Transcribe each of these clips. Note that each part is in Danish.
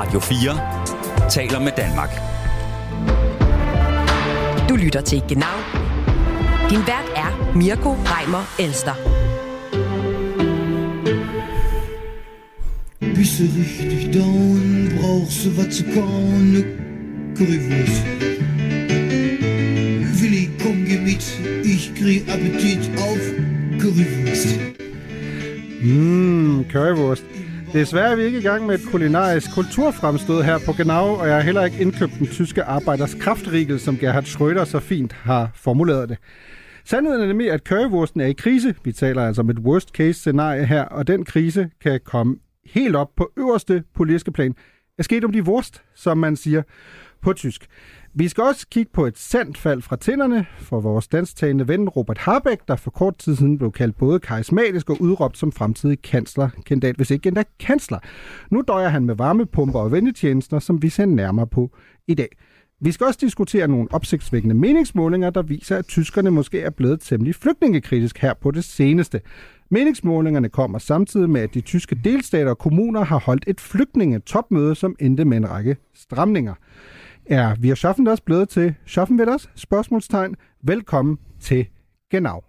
Radio 4 taler med Danmark. Du lytter til Genau. Din vært er Mirko Reimer Elster. Bist du richtig down, brauchst du was zu kauen, ne Currywurst. Willi, komm, geh mit, ich krieg Appetit auf Currywurst. Currywurst. Desværre er vi ikke i gang med et kulinarisk kulturfremstød her på Genau, og jeg har heller ikke indkøbt den tyske arbejders kraftriegel, som Gerhard Schröder så fint har formuleret det. Sandheden er nemlig, at currywursten er i krise. Vi taler altså om et worst case scenarie her, og den krise kan komme helt op på øverste politiske plan. Er sket om de Wurst, som man siger på tysk. Vi skal også kigge på et sandt fald fra tænderne for vores dansktalende ven Robert Habeck, der for kort tid siden blev kaldt både karismatisk og udråbt som fremtidig kanslerkandidat, hvis ikke endda kansler. Nu døjer han med varmepumper og vennetjenester, som vi ser nærmere på i dag. Vi skal også diskutere nogle opsigtsvækkende meningsmålinger, der viser, at tyskerne måske er blevet temmelig flygtningekritisk her på det seneste. Meningsmålingerne kommer samtidig med, at de tyske delstater og kommuner har holdt et flygtningetopmøde, som endte med en række stramninger. Er wir schaffen das blevet til schaffen wir das? Spørgsmålstegn. Velkommen til Genau.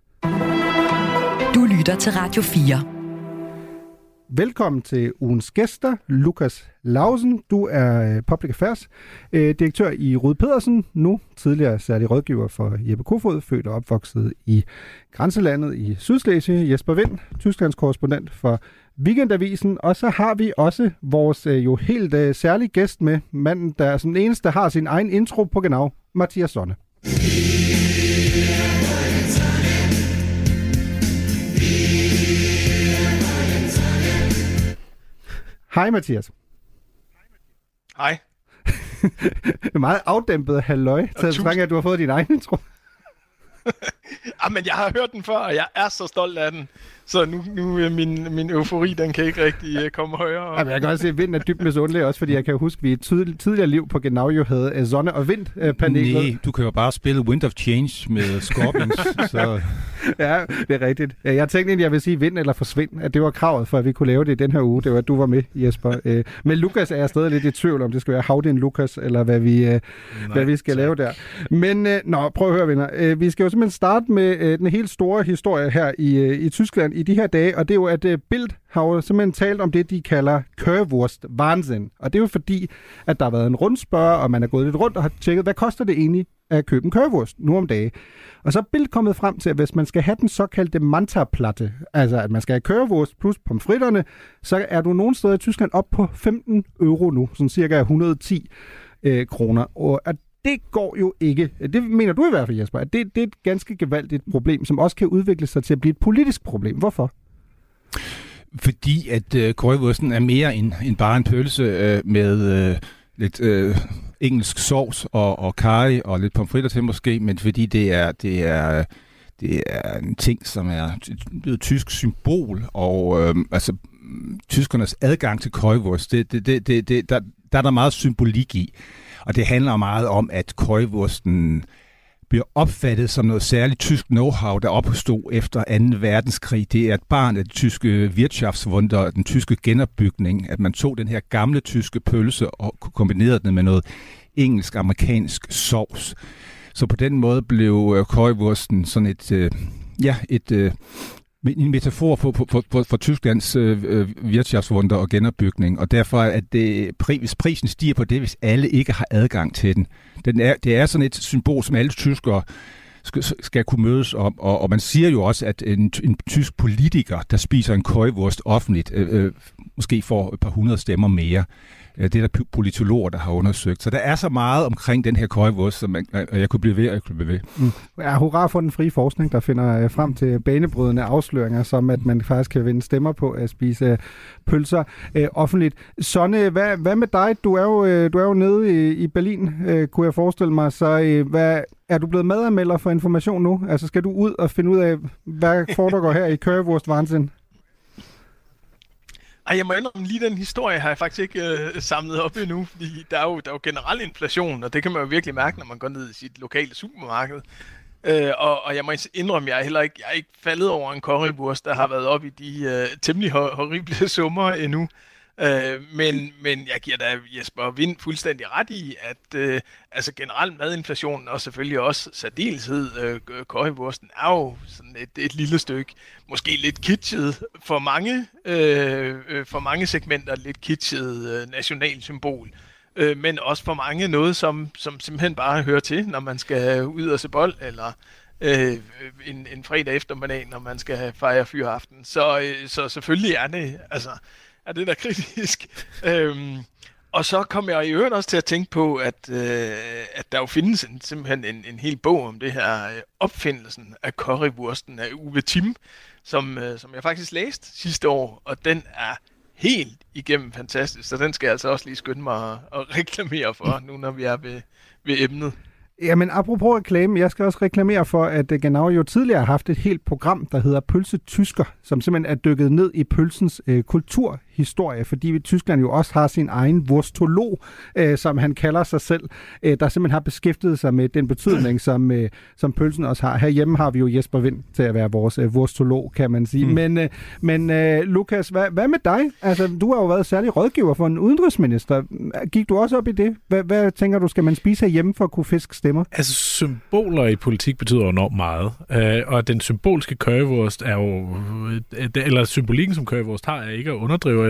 Du lytter til Radio 4. Velkommen til ugens gæster, Lukas Lausen. Du er Public Affairs direktør i Rud Pedersen, nu tidligere særlig rådgiver for Jeppe Kofod, født og opvokset i grænselandet i Sydslesvig. Jesper Wind, Tysklands korrespondent for Weekendavisen. Og så har vi også vores jo helt særlige gæst med, manden, der som den eneste har sin egen intro på Genau, Mathias Sonne. Hej Mathias. Hej. Meget afdæmpet halløj, til at du har fået din egen intro. Men jeg har hørt den før, og jeg er så stolt af den. Så nu er min eufori, den kan ikke rigtig komme højere. Jamen, jeg kan også se, at Vind er dybt misundelig, også fordi jeg kan huske, at vi i tidligere liv på Genau jo havde Sonne og Vind-panelet. Nej, du kan jo bare spille Wind of Change med Scorpions. Så. Ja, det er rigtigt. Jeg tænkte egentlig, jeg vil sige Vind eller Forsvind, at det var kravet for, at vi kunne lave det i den her uge. Det var, at du var med, Jesper. Men Lukas er jeg stadig lidt i tvivl om, det skal være Havdin Lukas, eller hvad vi skal lave der. Men prøv at høre, venner. Vi skal jo simpelthen starte med den helt store historie her i Tyskland i de her dage, og det er jo, at Bild har jo simpelthen talt om det, de kalder Currywurst Wahnsinn. Og det er jo fordi, at der har været en rundspørg, og man er gået lidt rundt og har tjekket, hvad koster det egentlig at købe en currywurst nu om dagen. Og så er Bild kommet frem til, at hvis man skal have den såkaldte Manta-platte, altså at man skal have currywurst plus pomfritterne, så er du nogle steder i Tyskland op på 15 euro nu, sådan cirka 110 kroner. Og at det går jo ikke. Det mener du i hvert fald, Jesper, at det er et ganske gevaldigt problem, som også kan udvikle sig til at blive et politisk problem. Hvorfor? Fordi at currywursten er mere end bare en pølse med lidt engelsk sovs og curry og lidt pomfritter til måske, men fordi det er en ting, som er et tysk symbol, og tyskernes adgang til currywurst, der er der meget symbolik i. Og det handler meget om, at currywursten bliver opfattet som noget særligt tysk know-how, der opstod efter 2. verdenskrig. Det er et barn af det tyske Wirtschaftswunder, den tyske genopbygning, at man tog den her gamle tyske pølse og kombinerede den med noget engelsk-amerikansk sovs. Så på den måde blev currywursten sådan en metafor for Tysklands Wirtschaftswunder og genopbygning, og derfor er det, hvis prisen stiger på det, hvis alle ikke har adgang til den. Det er sådan et symbol, som alle tyskere skal kunne mødes om, og man siger jo også, at en tysk politiker, der spiser en currywurst offentligt, måske får et par 100 stemmer mere. Det er der politologer, der har undersøgt. Så der er så meget omkring den her currywurst, som jeg kunne blive ved. Ja, hurra for den frie forskning, der finder frem til banebrydende afsløringer, som at man faktisk kan vinde stemmer på at spise pølser offentligt. Sonne, hvad med dig? Du er jo nede i Berlin, kunne jeg forestille mig. Så er du blevet medanmelder for Information nu? Altså skal du ud og finde ud af, hvad foregår her i Currywurst Wahnsinn? Ej, jeg må indrømme, lige den historie har jeg faktisk ikke samlet op endnu, fordi der er jo generel inflation, og det kan man jo virkelig mærke, når man går ned i sit lokale supermarked. Og jeg må indrømme, jeg er ikke faldet over en currywurst, der har været op i de temmelig horrible summer endnu. Men jeg giver da Jesper Wind fuldstændig ret i, at altså generelt madinflationen og selvfølgelig også særdeleshed currywursten er jo sådan et lille stykke, måske lidt kitschet for mange segmenter, lidt kitschet nationalsymbol. Men også for mange noget, som simpelthen bare hører til, når man skal ud og se bold, eller en fredag eftermiddag, når man skal fejre fyraften. Så selvfølgelig er det da kritisk. Og så kom jeg i øvrigt også til at tænke på, at der jo findes simpelthen en hel bog om det her opfindelsen af currywursten af Uwe Timm, som jeg faktisk læste sidste år, og den er helt igennem fantastisk, så den skal jeg altså også lige skynde mig at reklamere for, nu når vi er ved emnet. Jamen, apropos reklame, jeg skal også reklamere for, at Genau jo tidligere har haft et helt program, der hedder Pølse Tysker, som simpelthen er dykket ned i pølsens kulturhistorie, fordi Tyskland jo også har sin egen wurstolog, som han kalder sig selv, der simpelthen har beskæftiget sig med den betydning, som pølsen også har. Herhjemme har vi jo Jesper Wind til at være vores wurstolog, kan man sige. Men Lukas, hvad med dig? Altså, du har jo været særlig rådgiver for en udenrigsminister. Gik du også op i det? Hvad tænker du, skal man spise herhjemme for at kunne fiske stemmer? Altså, symboler i politik betyder enormt meget. Og den symbolske currywurst er jo... Eller symbolikken, som currywurst har, er ikke at underdrive.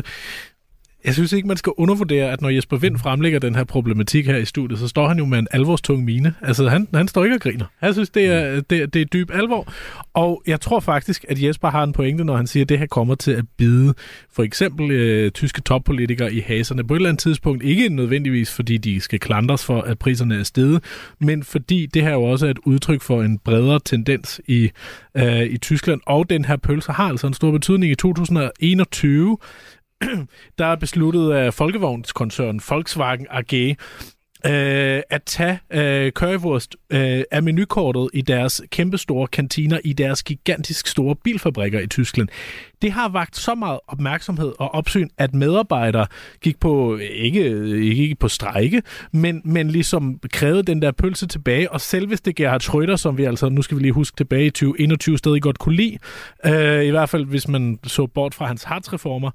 Jeg synes ikke, man skal undervurdere, at når Jesper Wind fremlægger den her problematik her i studiet, så står han jo med en alvorstung mine. Altså, han står ikke og griner. Jeg synes, det er dyb alvor. Og jeg tror faktisk, at Jesper har en pointe, når han siger, at det her kommer til at bide for eksempel tyske toppolitikere i haserne på et eller andet tidspunkt. Ikke nødvendigvis, fordi de skal klandres for, at priserne er steget, men fordi det her jo også er et udtryk for en bredere tendens i Tyskland. Og den her pølse har altså en stor betydning i 2021. Der er besluttet af folkevognskoncernen Volkswagen AG at tage currywurst af menukortet i deres kæmpestore kantiner i deres gigantisk store bilfabrikker i Tyskland. Det har vakt så meget opmærksomhed og opsyn, at medarbejdere gik på, ikke på strejke, men ligesom krævede den der pølse tilbage, og selveste Gerhard Schröder, som vi altså, nu skal vi lige huske tilbage i 2021, stadig godt kunne lide, i hvert fald hvis man så bort fra hans Hartz-reformer,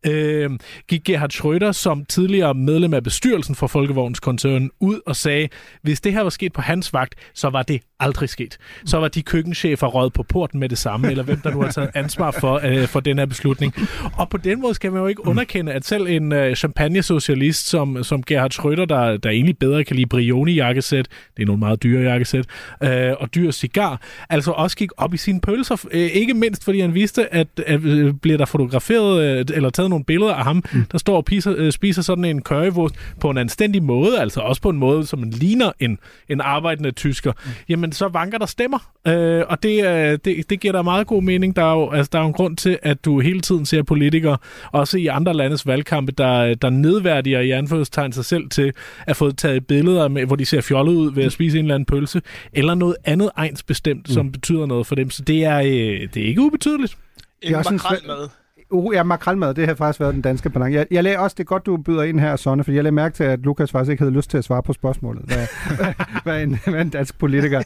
gik Gerhard Schröder som tidligere medlem af bestyrelsen for Folkevognskoncernen ud og sagde, hvis det her var sket på hans vagt, så var det aldrig sket. Så var de køkkenchefer røget på porten med det samme, eller hvem der nu har taget ansvar for den her beslutning. Og på den måde skal man jo ikke underkende, at selv en champagne-socialist som Gerhard Schröder, der egentlig bedre kan lide Brioni-jakkesæt, det er nogle meget dyre jakkesæt, og dyr cigar, altså også gik op i sine pølser. Ikke mindst, fordi han vidste, at bliver der fotograferet eller taget nogle billeder af ham, der står og spiser sådan en currywurst på en anstændig måde, altså også på en måde, som man ligner en arbejdende tysker, jamen så vanker der stemmer. Og det giver der meget god mening. Der er jo en grund til, at du hele tiden ser politikere, også i andre landes valgkampe, der nedværdiger i anførselstegn sig selv til at få taget billeder med, hvor de ser fjollet ud ved at spise en eller anden pølse, eller noget andet egnsbestemt, som betyder noget for dem. Så det er ikke ubetydeligt. Makrelmad. Makrelmad, det har faktisk været den danske balance. Jeg lagde også det godt, du byder ind her, Sonne, for jeg lagde mærke til, at Lukas faktisk ikke havde lyst til at svare på spørgsmålet, hvad en dansk politiker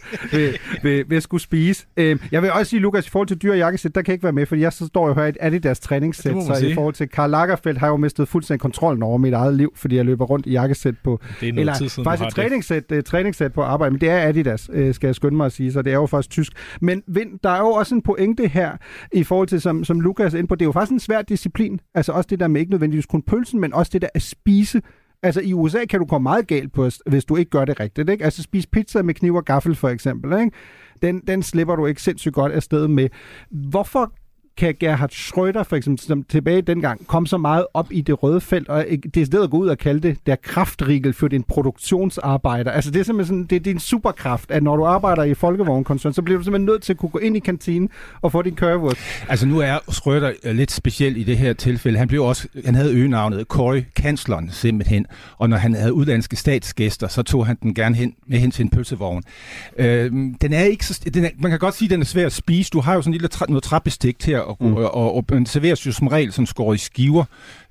vil skulle spise. Jeg vil også sige, Lukas, i forhold til dyre jakkesæt, der kan ikke være med, fordi jeg så står jo her et Adidas træningssæt, så i forhold til Karl Lagerfeldt har jeg jo mistet fuldstændig kontrollen over mit eget liv, fordi jeg løber rundt i jakkesæt på... Det er noget tid siden, faktisk et træningssæt på arbejde, men det er Adidas, skal jeg skynde mig at sige, så det er jo faktisk tysk. Men der er jo også en pointe her, i forhold til, som Lukas er inde på, det er jo faktisk en svær disciplin. Altså også det der med ikke nødvendigvis kun pølsen, men også det der at spise. Altså i USA kan du komme meget galt på, hvis du ikke gør det rigtigt, ikke? Altså spise pizza med kniv og gaffel for eksempel, ikke? Den slipper du ikke sindssygt godt afsted med. Hvorfor kan Gerhard Schröder for eksempel, som tilbage dengang, komme så meget op i det røde felt, og det er stedet at gå ud og kalde det der kraftriegel for din produktionsarbejder. Altså det er simpelthen sådan, det er din superkraft, at når du arbejder i Folkevognkoncern, så bliver du simpelthen nødt til at kunne gå ind i kantinen og få din currywurst. Altså nu er Schröder lidt speciel i det her tilfælde. Han havde øgenavnet Curry-kansleren simpelthen, og når han havde udlandske statsgæster, så tog han den gerne med hen til en pølsevogn. Den er ikke så, man kan godt sige, at den er svær at spise. Du har jo sådan noget træbestik til og den serveres jo som regel sådan skåret i skiver.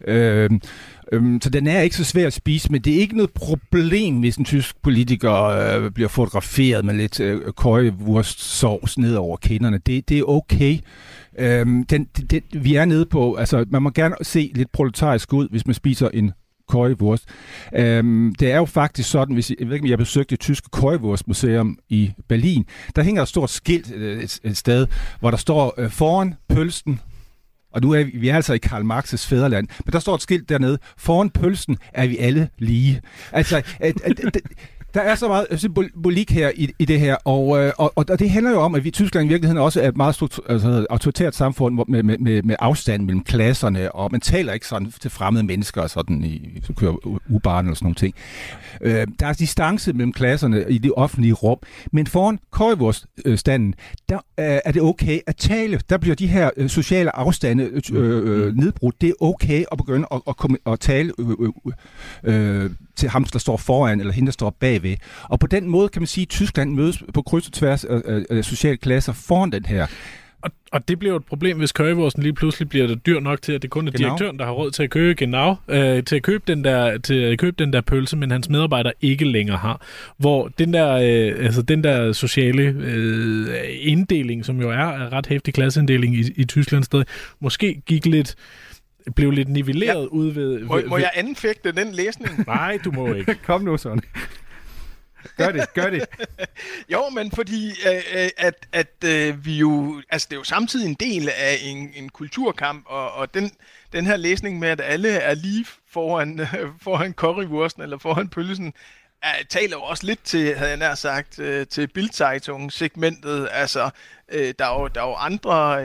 Så den er ikke så svær at spise, men det er ikke noget problem, hvis en tysk politiker bliver fotograferet med lidt currywurstsovs ned over kinderne. Det er okay. Vi er nede på, altså man må gerne se lidt proletarisk ud, hvis man spiser en currywurst. Det er jo faktisk sådan, hvis jeg ved ikke, om jeg besøgte det tyske currywurstmuseum i Berlin, der hænger et stort skilt et sted, hvor der står foran pølsen, og nu er vi altså i Karl Marx's fædreland, men der står et skilt dernede, foran pølsen er vi alle lige. Altså, der er så meget symbolik her i det her, og det handler jo om, at vi i Tyskland i virkeligheden også er et meget autoritært samfund med afstand mellem klasserne, og man taler ikke sådan til fremmede mennesker, sådan så kører U-Bahn eller sådan nogle ting. Der er distance mellem klasserne i det offentlige rum, men foran currywurststanden, der er det okay at tale. Der bliver de her sociale afstande nedbrudt. Det er okay at begynde at tale til ham, der står foran, eller hende, der står bagved. Og på den måde kan man sige, at Tyskland mødes på kryds og tværs af sociale klasser foran den her. Og det bliver jo et problem, hvis currywursten lige pludselig bliver dyr nok til, at det kun er direktøren, der har råd til at købe til at købe den der pølse, men hans medarbejdere ikke længere har. Hvor den der sociale inddeling, som jo er ret hæftig klasseinddeling i Tyskland stadig, måske blev lidt nivelleret ud ved... Må jeg anfægte den læsning? Nej, du må ikke. Kom nu, sådan. Gør det. Jo, men fordi at vi jo... Altså, det er jo samtidig en del af en kulturkamp, og den her læsning med, at alle er lige foran currywursten eller foran pølsen, taler jo også lidt til, havde jeg nær sagt, til Bild-Zeitung-segmentet. Altså, der er jo andre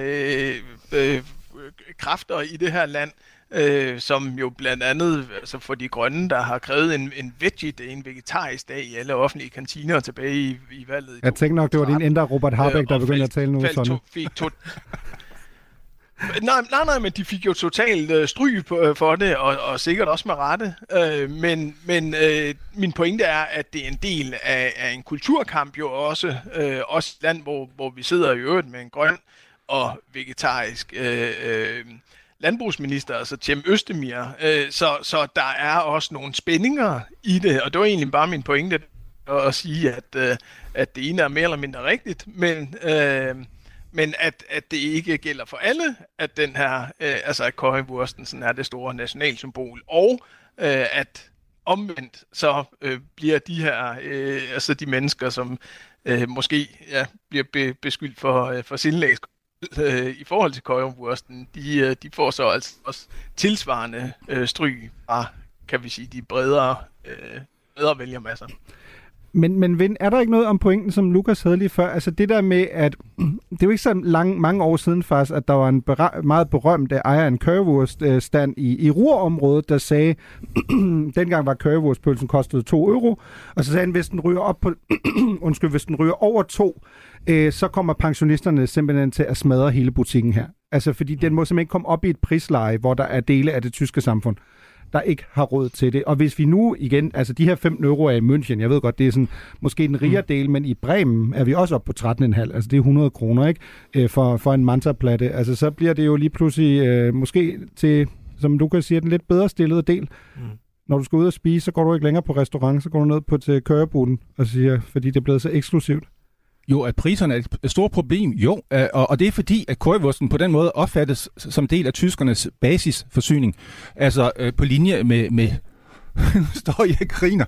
kræfter i det her land, som jo blandt andet altså for de grønne, der har krævet en veggie-dag, en vegetarisk dag i alle offentlige kantiner tilbage i valget. Jeg tænkte nok, det var din ændre Robert Harbeck, der begyndte at tale nu sådan. Nej, men de fik jo totalt stryg for det, og sikkert også med rette. Men min pointe er, at det er en del af en kulturkamp jo også et land, hvor vi sidder i øvrigt med en grøn og vegetarisk landbrugsminister, altså Cem Özdemir. Så der er også nogle spændinger i det, og det var egentlig bare min pointe at sige, at det ene er mere eller mindre rigtigt, men at det ikke gælder for alle, at den her, altså at currywursten sådan er det store nationalsymbol, og at omvendt så bliver de her, altså de mennesker, som måske bliver beskyldt for sindelags i forhold til currywursten, de får så altså også tilsvarende stryg fra, kan vi sige, de bredere vælgermasser. Men Vind, er der ikke noget om pointen, som Lukas havde lige før? Altså det der med, at det er jo ikke så mange år siden faktisk, at der var en meget berømt ejer af en currywurststand i Ruhrområdet, der sagde, dengang var currywurstpølsen kostede 2 euro, og så sagde han, hvis den ryger over 2, så kommer pensionisterne simpelthen til at smadre hele butikken her. Altså fordi den må simpelthen komme op i et prisleje, hvor der er dele af det tyske samfund, der ikke har råd til det. Og hvis vi nu igen, altså de her 5 euro er i München, jeg ved godt, det er sådan måske den rigere del, men i Bremen er vi også oppe på 13,5, altså det er 100 kroner, ikke? For en mantaplatte. Altså så bliver det jo lige pludselig måske til, som du kan sige, den lidt bedre stillede del. Når du skal ud og spise, så går du ikke længere på restaurant, så går du ned til currybuden og siger, fordi det er blevet så eksklusivt. Jo, at priserne er et stort problem, jo, og det er fordi, at currywursten på den måde opfattes som del af tyskernes basisforsyning, altså på linje med står jeg og griner.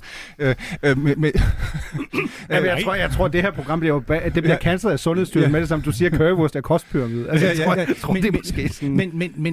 Jeg tror, det her program bliver cancelled af Sundhedsstyrelsen med det, som du siger, currywurst er kostpyramide. Altså, jeg tror, det er måske sådan...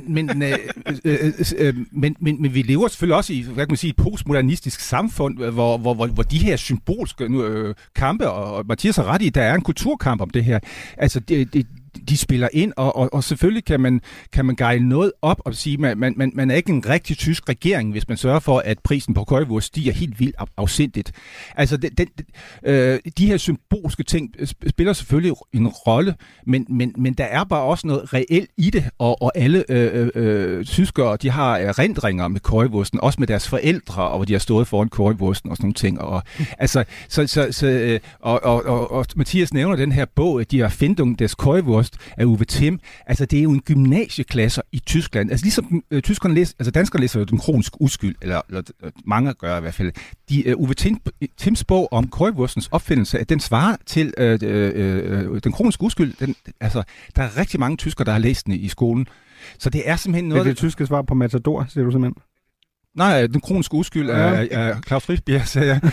Men vi lever selvfølgelig også i, hvad kan man sige, et postmodernistisk samfund, hvor de her symbolske kampe, og Mathias har ret i, der er en kulturkamp om det her. Altså, de spiller ind, og selvfølgelig kan man gejle noget op og sige, man er ikke en rigtig tysk regering, hvis man sørger for, at prisen på currywurst stiger helt vildt afsindigt. Altså, de her symbolske ting spiller selvfølgelig en rolle, men der er bare også noget reelt i det, og alle tyskere, de har erindringer med currywursten, også med deres forældre, og hvor de har stået foran currywursten og sådan nogle ting. Og, altså, og Mathias nævner den her bog, de har Erfindung des Currywurst, currywurst af Uwe Timm. Altså, det er jo en gymnasieklasse i Tyskland. Altså, ligesom tyskerne læser, altså danskerne læser jo Den kroniske uskyld, eller mange gør i hvert fald. Uwe Timms bog om currywurstens opfindelse, at den svarer til Den kroniske uskyld. Altså, der er rigtig mange tyskere, der har læst den i skolen. Så det er simpelthen noget... Det tyske svar på Matador, siger du simpelthen? Nej, Den kroniske uskyld er Claus Riisbjerg, sagde jeg.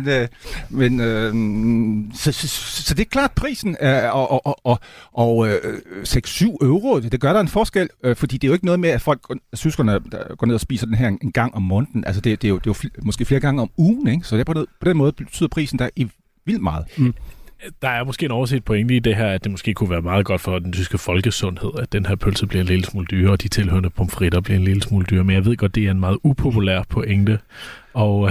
Så det er klart, prisen og 6-7 euro, det gør der en forskel, fordi det er jo ikke noget med, at tyskerne går ned og spiser den her en gang om måneden. Altså det er jo måske flere gange om ugen, ikke? Så det på den måde betyder prisen der i vildt meget. Mm. Der er måske en overset pointe i det her, at det måske kunne være meget godt for den tyske folkesundhed, at den her pølse bliver en lille smule dyrere, og de tilhørende pomfritter bliver en lille smule dyrere. Men jeg ved godt, det er en meget upopulær pointe, og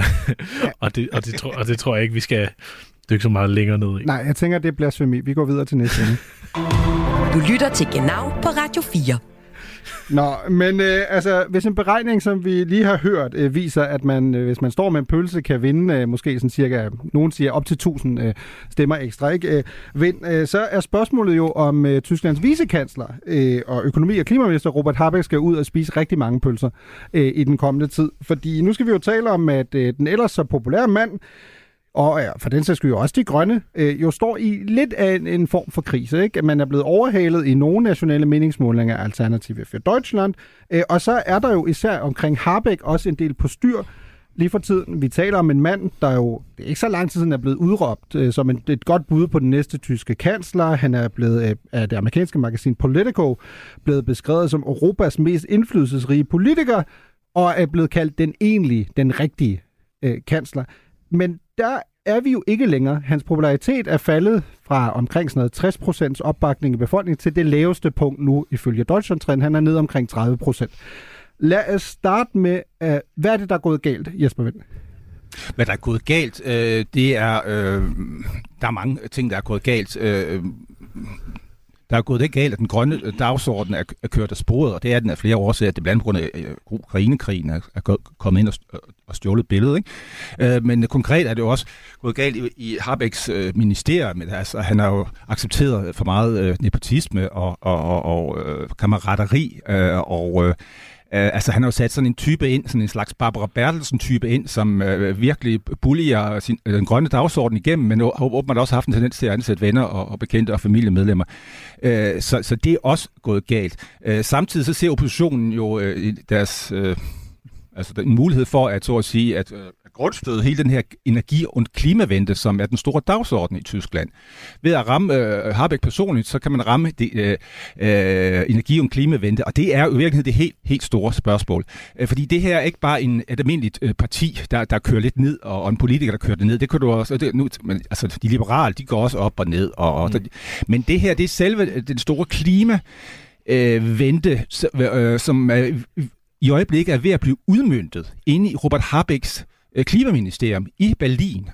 det tror jeg ikke, vi skal dykke så meget længere ned i. Nej, jeg tænker, det er blasfemi. Vi går videre til næste ende. Du lytter til Genau på Radio 4. Nå, men hvis en beregning, som vi lige har hørt, viser, at man, hvis man står med en pølse, kan vinde måske sådan cirka, nogen siger op til 1000 stemmer ekstra, ikke? Så er spørgsmålet jo, om Tysklands vicekansler og økonomi- og klimaminister Robert Habeck skal ud og spise rigtig mange pølser i den kommende tid. Fordi nu skal vi jo tale om, at den ellers så populære mand, og for den sags skyld jo også de grønne, jo står i lidt af en form for krise. Ikke? Man er blevet overhalet i nogle nationale meningsmålinger af Alternative für Deutschland, og så er der jo især omkring Habeck også en del på styr lige for tiden. Vi taler om en mand, der jo det er ikke så lang tid siden er blevet udråbt som et godt bud på den næste tyske kansler. Han er blevet af det amerikanske magasin Politico blevet beskrevet som Europas mest indflydelsesrige politiker, og er blevet kaldt den rigtige kansler. Men der er vi jo ikke længere. Hans popularitet er faldet fra omkring sådan noget 60% opbakning i befolkningen til det laveste punkt nu ifølge Deutschland-trend. Han er nede omkring 30%. Lad os starte med, hvad er det, der er gået galt, Jesper Wind? Hvad der er gået galt, det er... der er mange ting, der er gået galt. Der er gået det galt, at den grønne dagsorden er kørt af sporet, og det er den af flere årsager. Det er blandt andet på grund af Ukrainekrigen er kommet ind og stjålet billedet. Ikke? Men konkret er det jo også gået galt i Habecks ministerium. Altså, han har jo accepteret for meget nepotisme og kammerateri altså han har jo sat sådan en type ind, sådan en slags Barbara Bertelsen-type ind, som virkelig bullier den grønne dagsorden igennem, men åbenbart også haft en tendens til at ansætte venner og bekendte og familiemedlemmer. Så det er også gået galt. Samtidig så ser oppositionen jo deres... altså en mulighed for at, så at sige, at grundstøde hele den her energi- og klimavente, som er den store dagsorden i Tyskland. Ved at ramme Habeck personligt, så kan man ramme energi- og klimavente, og det er jo i virkeligheden det helt store spørgsmål. Fordi det her er ikke bare et almindeligt parti, der kører lidt ned, og en politiker, der kører det ned. Det kan du også... altså, de liberale, de går også op og ned. Men det her, det er selve den store klimavente, som i øjeblikket er ved at blive udmøntet inde i Robert Habecks klimaministerium i Berlin.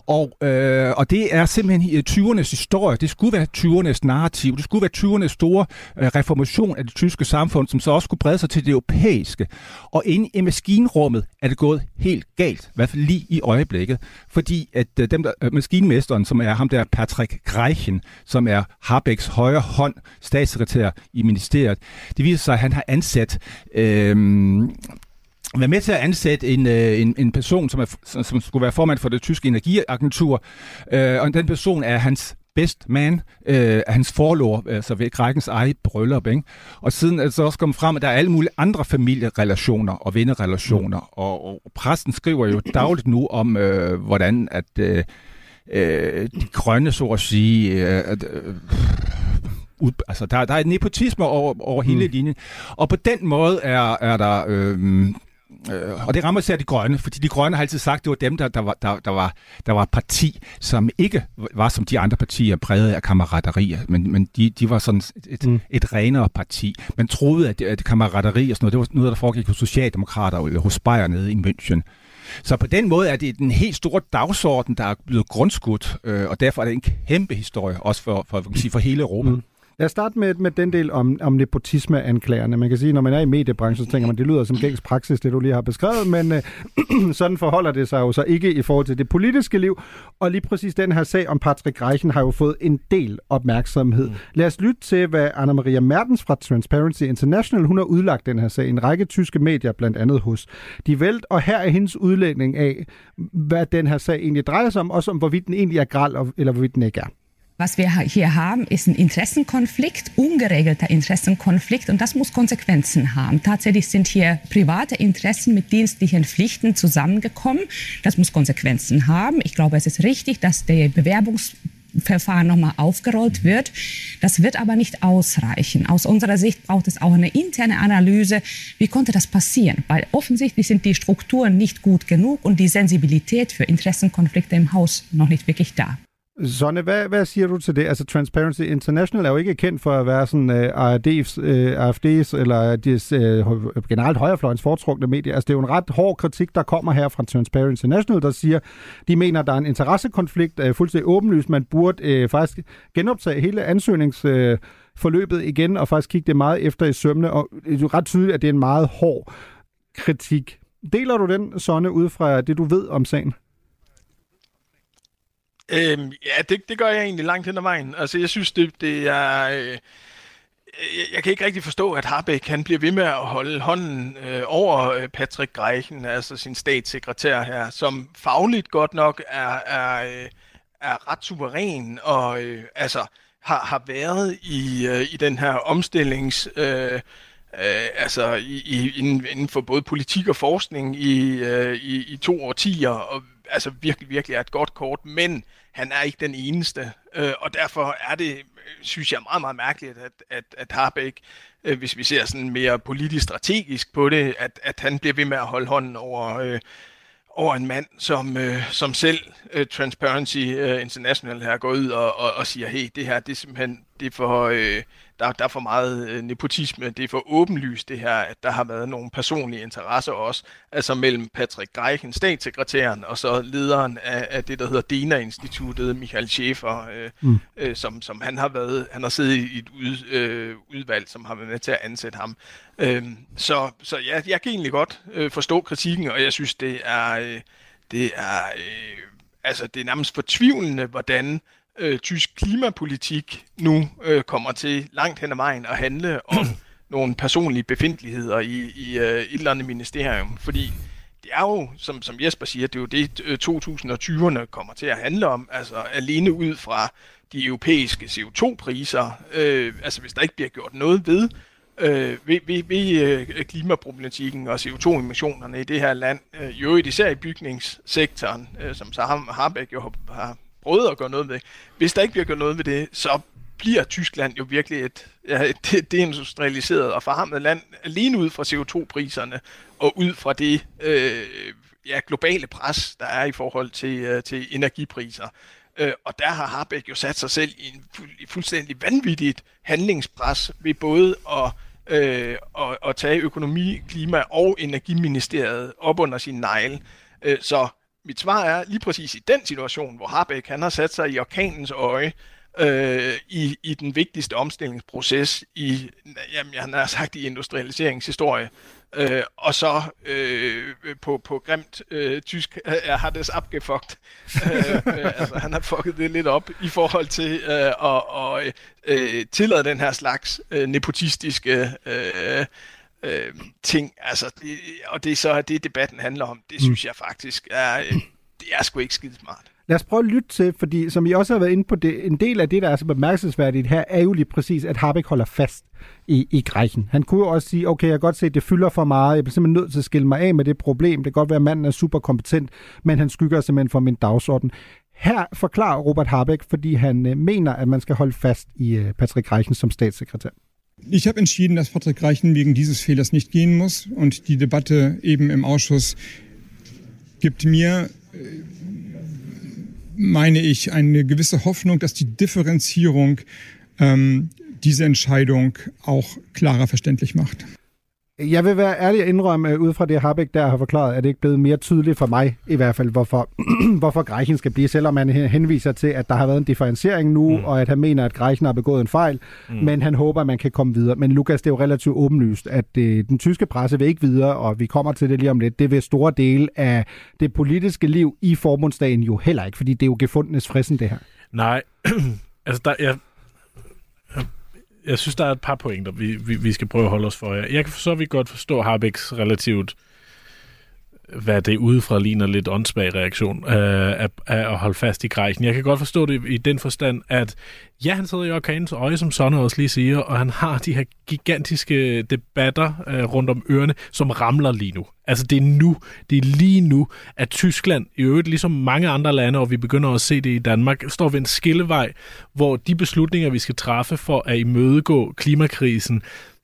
Og det er simpelthen 20'ernes historie. Det skulle være 20'ernes narrativ. Det skulle være 20'ernes store reformation af det tyske samfund, som så også skulle brede sig til det europæiske. Og inde i maskinrummet er det gået helt galt, i hvert fald lige i øjeblikket. Fordi at maskinmesteren, som er ham der Patrick Greichen, som er Habecks højre hånd, statssekretær i ministeriet, det viser sig, at han har ansat... være med til at ansætte en person, som skulle være formand for det tyske energiagentur, og den person er hans best man, hans forlover, altså ved Greichens eget bryllup, ikke? Og siden er det så også kommet frem, at der er alle mulige andre familierelationer og vennerelationer, og pressen skriver jo dagligt nu om, hvordan at de grønne, så at sige... altså, der er et nepotisme over hele linjen, og på den måde er der... og det rammer især de grønne, fordi de grønne har altid sagt, at det var dem, der var et parti, som ikke var som de andre partier præget af kammerateri, men de var sådan et renere parti. Man troede, at kammerateri og sådan noget, det var noget, der foregik hos socialdemokrater eller hos Bayer nede i München. Så på den måde er det den helt store dagsorden, der er blevet grundskudt, og derfor er det en kæmpe historie, også for hele Europa. Lad os starte med den del om nepotisme-anklagerne. Man kan sige, når man er i mediebranchen, så tænker man, det lyder som gængs praksis, det du lige har beskrevet, men sådan forholder det sig jo så ikke i forhold til det politiske liv. Og lige præcis den her sag om Patrick Reichen har jo fået en del opmærksomhed. Lad os lytte til, hvad Anna-Maria Mertens fra Transparency International, hun har udlagt den her sag i en række tyske medier, blandt andet hos Die Welt, og her er hendes udlægning af, hvad den her sag egentlig drejer sig om, også om hvorvidt den egentlig er gral, eller hvorvidt den ikke er. Was wir hier haben, ist ein Interessenkonflikt, ungeregelter Interessenkonflikt, und das muss Konsequenzen haben. Tatsächlich sind hier private Interessen mit dienstlichen Pflichten zusammengekommen. Das muss Konsequenzen haben. Ich glaube, es ist richtig, dass der Bewerbungsverfahren nochmal aufgerollt wird. Das wird aber nicht ausreichen. Aus unserer Sicht braucht es auch eine interne Analyse. Wie konnte das passieren? Weil offensichtlich sind die Strukturen nicht gut genug und die Sensibilität für Interessenkonflikte im Haus noch nicht wirklich da. Sonne, hvad siger du til det? Altså, Transparency International er jo ikke kendt for at være sådan AfD's eller generelt højrefløjens foretrukne medier. Altså, det er jo en ret hård kritik, der kommer her fra Transparency International, der siger, de mener, der er en interessekonflikt, fuldstændig åbenlyst. Man burde faktisk genoptage hele ansøgningsforløbet igen, og faktisk kigge det meget efter i sømmene. Og det er jo ret tydeligt, at det er en meget hård kritik. Deler du den, Sonne, ud fra det, du ved om sagen? Ja, det gør jeg egentlig langt hen ad vejen. Altså, jeg synes, det er... Jeg kan ikke rigtig forstå, at Habeck han bliver ved med at holde hånden over Patrick Reichen, altså sin statssekretær her, som fagligt godt nok er ret suveræn og har været i den her omstillings... altså inden for både politik og forskning i 2 årtier, og altså virkelig er et godt kort, men han er ikke den eneste, og derfor er det, synes jeg, meget, meget mærkeligt, at Habeck, hvis vi ser sådan mere politisk strategisk på det, at han bliver ved med at holde hånden over en mand, som selv Transparency International her går ud og siger, hey, det her, det er simpelthen, det er for... Der er for meget nepotisme, det er for åbenlyst det her, at der har været nogle personlige interesser også, altså mellem Patrick Reichen, statssekretæren, og så lederen af det, der hedder DENA-instituttet, Michael Schäfer, som han har siddet i et udvalg, som har været med til at ansætte ham. Så ja, jeg kan egentlig godt forstå kritikken, og jeg synes, det er nærmest fortvivlende, hvordan tysk klimapolitik nu kommer til langt hen ad vejen at handle om nogle personlige befindligheder i et eller andet ministerium. Fordi det er jo, som Jesper siger, det er jo det 2020'erne kommer til at handle om, altså alene ud fra de europæiske CO2-priser, altså hvis der ikke bliver gjort noget ved klimaproblematikken og CO2-emissionerne i det her land, jo især i bygningssektoren, som så Habeck jo har prøvet at gøre noget ved. Hvis der ikke bliver gjort noget ved det, så bliver Tyskland jo virkelig et deindustrialiseret og forharmet land, alene ud fra CO2-priserne og ud fra det globale pres, der er i forhold til energipriser. Og der har Habeck jo sat sig selv i en fuldstændig vanvittigt handlingspres ved både at tage økonomi, klima og energiministeriet op under sin negle. Så mit svar er lige præcis i den situation, hvor Habeck han har sat sig i orkanens øje i den vigtigste omstillingsproces i industrialiseringshistorie, og så på grimt tysk har det abgefuckt. Altså han har fucket det lidt op i forhold til at tillade den her slags nepotistiske ting, altså og det er så det debatten handler om. Det synes jeg faktisk det er sgu ikke skide smart. Lad os prøve at lytte til, fordi som I også har været inde på, en del af det, der er så bemærkelsesværdigt her, er jo lige præcis, at Habeck holder fast i Reichen. Han kunne jo også sige, okay, jeg kan godt se, at det fylder for meget, jeg bliver simpelthen nødt til at skille mig af med det problem. Det kan godt være, at manden er super kompetent, men han skygger simpelthen for min dagsorden. Her forklarer Robert Habeck, fordi han mener, at man skal holde fast i Patrick Reichen som statssekretær. Ich habe entschieden, dass Patrick Reichen wegen dieses Fehlers nicht gehen muss, und die Debatte eben im Ausschuss gibt mir, meine ich, eine gewisse Hoffnung, dass die Differenzierung diese Entscheidung auch klarer verständlich macht. Jeg vil være ærlig og indrømme, ud fra det Habeck der har forklaret, er det ikke blevet mere tydeligt for mig, i hvert fald, hvorfor Greichen skal blive, selvom man henviser til, at der har været en differentiering nu, og at han mener, at Greichen har begået en fejl, men han håber, at man kan komme videre. Men Lukas, det er jo relativt åbenlyst, at den tyske presse vil ikke videre, og vi kommer til det lige om lidt. Det vil store dele af det politiske liv i forbundsdagen jo heller ikke, fordi det er jo gefundnes frissen, det her. Nej, altså jeg synes, der er et par pointer, vi skal prøve at holde os for jer. Jeg kan så vidt godt forstå Habecks relativt, hvad det udefra ligner lidt åndssvag reaktion at holde fast i Greichen. Jeg kan godt forstå det i den forstand, at ja, han sidder i orkanens øje, som Sonne også lige siger, og han har de her gigantiske debatter rundt om ørerne, som ramler lige nu. Altså det er lige nu, at Tyskland, i øvrigt ligesom mange andre lande, og vi begynder at se det i Danmark, står ved en skillevej, hvor de beslutninger, vi skal træffe for at imødegå klimakrisen,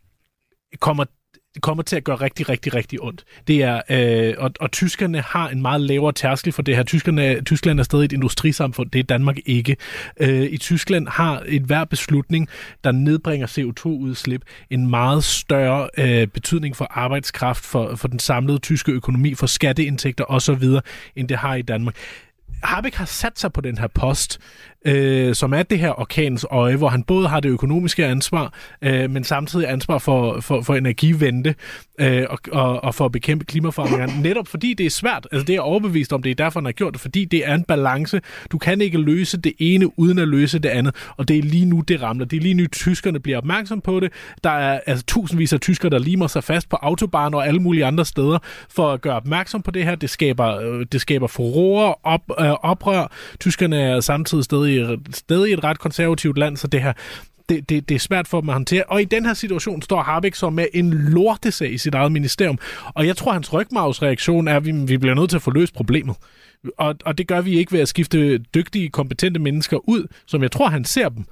kommer til at gøre rigtig, rigtig, rigtig ondt. Det er, og tyskerne har en meget lavere tærskel for det her. Tyskland er stadig et industrisamfund, det er Danmark ikke. I Tyskland har et hver beslutning, der nedbringer CO2-udslip, en meget større betydning for arbejdskraft, for den samlede tyske økonomi, for skatteindtægter osv., end det har i Danmark. Habeck har sat sig på den her post, som er det her orkanens øje, hvor han både har det økonomiske ansvar, men samtidig ansvar for energivente og for at bekæmpe klimaforandringer. Netop fordi det er svært. Altså det er overbevist om, det er derfor, han har gjort det, fordi det er en balance. Du kan ikke løse det ene uden at løse det andet, og det er lige nu, det ramler. Det er lige nu, tyskerne bliver opmærksom på det. Der er altså tusindvis af tyskere, der limer sig fast på autobahn og alle mulige andre steder for at gøre opmærksom på det her. Det skaber furore, oprør. Tyskerne er samtidig stadig et ret konservativt land, så det her det er svært for dem at håndtere. Og i den her situation står Habeck så med en lortesag i sit eget ministerium. Og jeg tror, hans rygmarvsreaktion er, at vi bliver nødt til at få løst problemet. Og det gør vi ikke ved at skifte dygtige, kompetente mennesker ud, som jeg tror, han ser dem.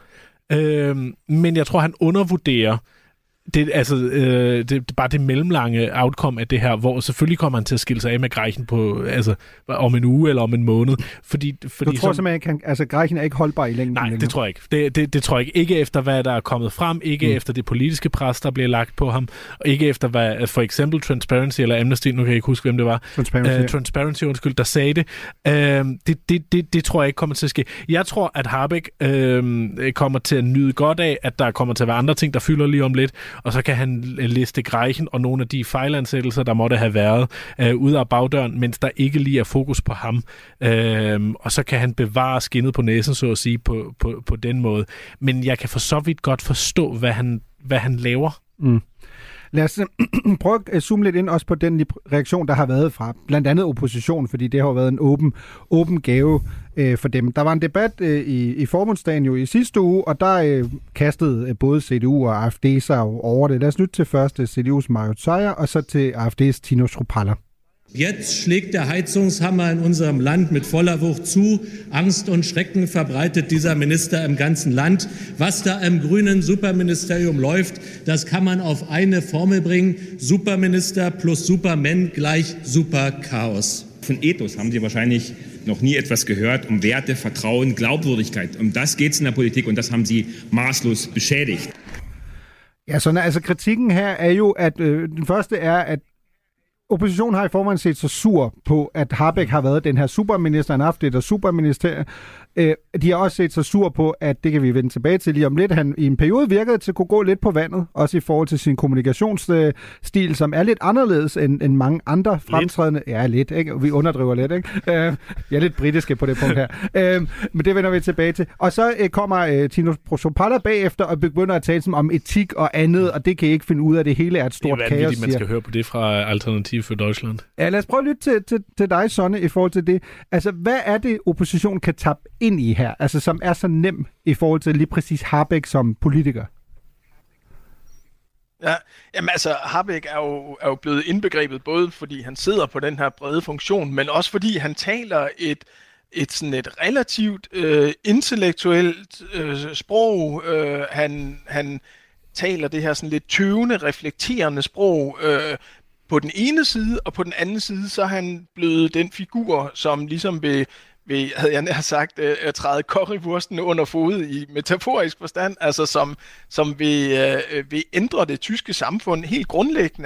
Men jeg tror, han undervurderer det er bare det mellemlange outcome af det her, hvor selvfølgelig kommer han til at skille sig af med Greichen om en uge eller om en måned. Fordi du tror simpelthen, Greichen er ikke holdbar i længden? Nej, det tror jeg ikke. Det tror jeg ikke. Ikke efter, hvad der er kommet frem, ikke efter det politiske pres, der bliver lagt på ham, og ikke efter, hvad for eksempel Transparency eller Amnesty, nu kan jeg ikke huske, hvem det var. Transparency, der sagde det. Det tror jeg ikke kommer til at ske. Jeg tror, at Habeck kommer til at nyde godt af, at der kommer til at være andre ting, der fylder lige om lidt, og så kan han liste Greichen og nogle af de fejlansættelser, der måtte have været ude af bagdøren, mens der ikke lige er fokus på ham. Og så kan han bevare skindet på næsen, så at sige, på den måde. Men jeg kan for så vidt godt forstå, hvad han laver. Mm. Lad os prøve at zoome lidt ind også på den reaktion, der har været fra blandt andet opposition, fordi det har været en åben gave for dem. Der var en debat i forbundsdagen jo i sidste uge, og der kastede både CDU og AfD sig over det. Lad os lytte til først CDU's Mario Zeyer, og så til AfD's Tino Schruppalla. Jetzt schlägt der Heizungshammer in unserem Land mit voller Wucht zu. Angst und Schrecken verbreitet dieser Minister im ganzen Land. Was da im grünen Superministerium läuft, das kann man auf eine Formel bringen. Superminister plus Superman gleich Superchaos. Von Ethos haben Sie wahrscheinlich noch nie etwas gehört, um Werte, Vertrauen, Glaubwürdigkeit. Um das geht es in der Politik, und das haben Sie maßlos beschädigt. Ja, så kritikken her er jo, at den første er, at oppositionen har i forvejen set så sur på, at Habeck har været den her superminister, han har haft det der superministerium. De har også set så sur på, at det kan vi vende tilbage til lige om lidt. Han i en periode virkede til at kunne gå lidt på vandet, også i forhold til sin kommunikationsstil, som er lidt anderledes end mange andre fremtrædende. Ja, lidt, ikke? Vi underdriver lidt, ikke? Jeg er lidt britiske på det punkt her. Men det vender vi tilbage til. Og så kommer Tino Schruppalla bagefter og begynder at tale om etik og andet, og det kan I ikke finde ud af. Det hele er et stort kaos. Det er vanvittigt, man skal høre på det fra Alternativ for Deutschland. Ja, lad os prøve at lytte til dig, Sonne, i forhold til det. Altså, hvad er det, oppositionen kan tabe ind i her, altså som er så nem i forhold til lige præcis Habeck som politiker? Ja, jamen altså, Habeck er jo blevet indbegrebet, både fordi han sidder på den her brede funktion, men også fordi han taler et relativt intellektuelt sprog. Han taler det her sådan lidt tøvende, reflekterende sprog på den ene side, og på den anden side, så er han blevet den figur, som ligesom havde jeg nær sagt, træde currywursten under fod i metaforisk forstand, altså som vil ændre det tyske samfund helt grundlæggende.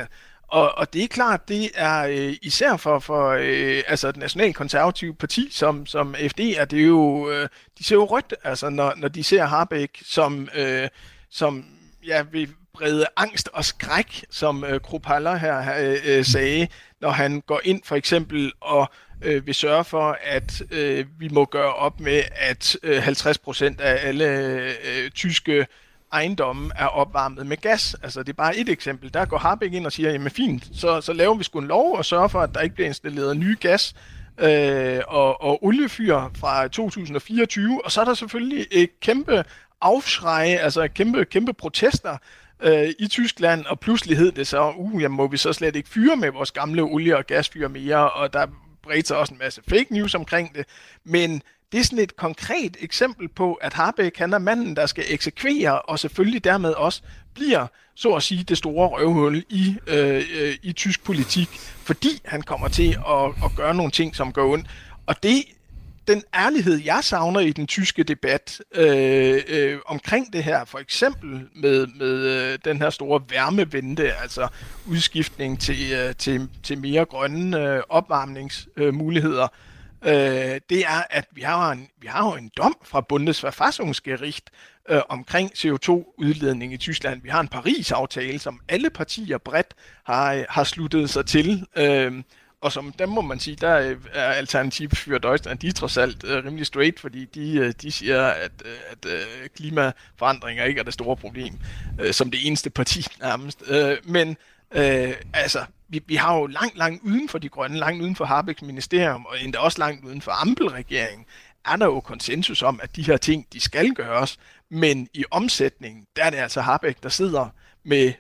Og det er klart, det er især for altså et nationalkonservativt parti som AfD, er det jo, de ser jo rødt, altså når de ser Habeck som vil brede angst og skræk, som Kruppalla her sagde, når han går ind for eksempel og vil sørge for, at vi må gøre op med, at 50% af alle tyske ejendomme er opvarmet med gas. Altså, det er bare et eksempel. Der går Habeck ind og siger, jamen fint, så laver vi sgu en lov og sørger for, at der ikke bliver installeret nye gas og oliefyr fra 2024. Og så er der selvfølgelig et kæmpe afschrei, altså kæmpe protester i Tyskland, og pludselig hed det så, jamen må vi så slet ikke fyre med vores gamle olie- og gasfyr mere, og der bredte sig også en masse fake news omkring det. Men det er sådan et konkret eksempel på, at Habeck, han er manden, der skal eksekvere, og selvfølgelig dermed også bliver, så at sige, det store røvhul i tysk politik, fordi han kommer til at gøre nogle ting, som går ondt. Og den ærlighed, jeg savner i den tyske debat omkring det her, for eksempel med den her store wärmewende, altså udskiftning til mere grønne opvarmningsmuligheder, det er, at vi har jo en dom fra Bundesverfassungsgericht omkring CO2-udledning i Tyskland. Vi har en Paris-aftale, som alle partier bredt har sluttet sig til, og som dem må man sige, der er Alternativ für Deutschland, de er trods alt rimelig straight, fordi de siger, at klimaforandringer ikke er det store problem, som det eneste parti nærmest. Men altså, vi har jo langt uden for de grønne, langt uden for Habecks ministerium, og endda også langt uden for Ampel-regeringen, er der jo konsensus om, at de her ting, de skal gøres, men i omsætningen, der er det altså Habeck, der sidder med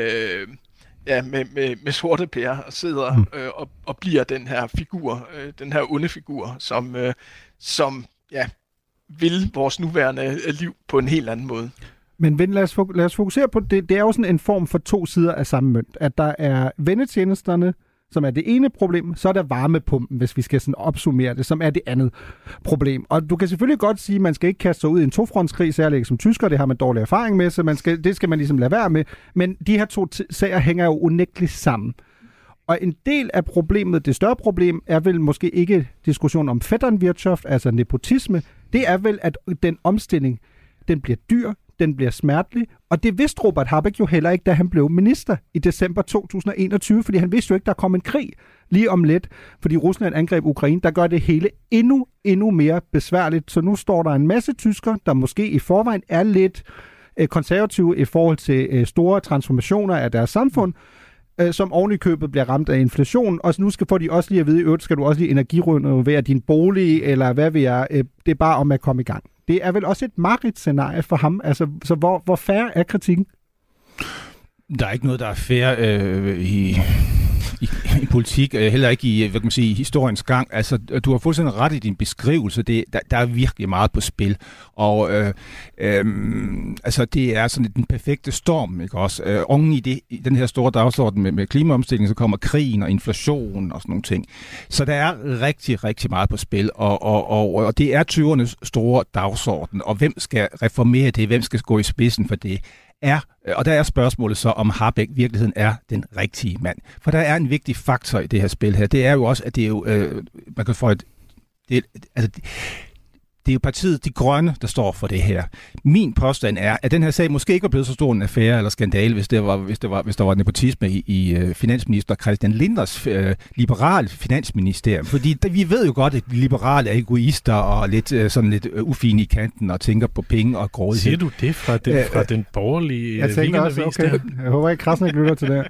sorte pærer og sidder og bliver den her figur, den her onde figur, som vil vores nuværende liv på en helt anden måde. Men lad os fokusere på det. Det er jo sådan en form for to sider af samme mønt. At der er vennetjenesterne, som er det ene problem, så er der varmepumpen, hvis vi skal sådan opsummere det, som er det andet problem. Og du kan selvfølgelig godt sige, at man skal ikke kaste sig ud i en tofrontskrig, særligt som tysker, det har man dårlig erfaring med, så det skal man ligesom lade være med. Men de her to sager hænger jo unægteligt sammen. Og en del af problemet, det større problem, er vel måske ikke diskussion om Vetternwirtschaft, altså nepotisme. Det er vel, at den omstilling, den bliver dyr, den bliver smertelig, og det vidste Robert Habeck jo heller ikke, da han blev minister i december 2021, fordi han vidste jo ikke, der kom en krig lige om lidt, fordi Rusland angreb Ukraine, der gør det hele endnu mere besværligt. Så nu står der en masse tyskere, der måske i forvejen er lidt konservative i forhold til store transformationer af deres samfund, som oven i købet bliver ramt af inflation, og nu får de også lige at vide, i øvrigt skal du også lige energirenovere din bolig, eller hvad ved jeg, det er bare om at komme i gang. Det er vel også et mareridtscenarie for ham. Altså, så hvor fair er kritikken? Der er ikke noget, der er fair i politik, heller ikke i, hvad kan man sige, historiens gang. Altså, du har fuldstændig ret i din beskrivelse. Der er virkelig meget på spil. Og altså, det er sådan den perfekte storm, ikke også? Oven i den her store dagsorden med klimaomstilling, så kommer krigen og inflation og sådan nogle ting. Så der er rigtig, rigtig meget på spil. Og det er 20'ernes store dagsorden. Og hvem skal reformere det? Hvem skal gå i spidsen for det? Og der er spørgsmålet så, om Habeck i virkeligheden er den rigtige mand. For der er en vigtig faktor i det her spil her. Det er jo også, at det er jo, man kan få det er jo partiet De Grønne, der står for det her. Min påstand er, at den her sag måske ikke var blevet så stor en affære eller skandale, hvis der var nepotisme i finansminister Christian Linders liberale finansministerium. Fordi vi ved jo godt, at de liberale er egoister og lidt ufine i kanten og tænker på penge og grådighed. Siger du det fra den borgerlige jeg tænker også, okay. Jeg håber ikke, Krasner ikke lytter til det.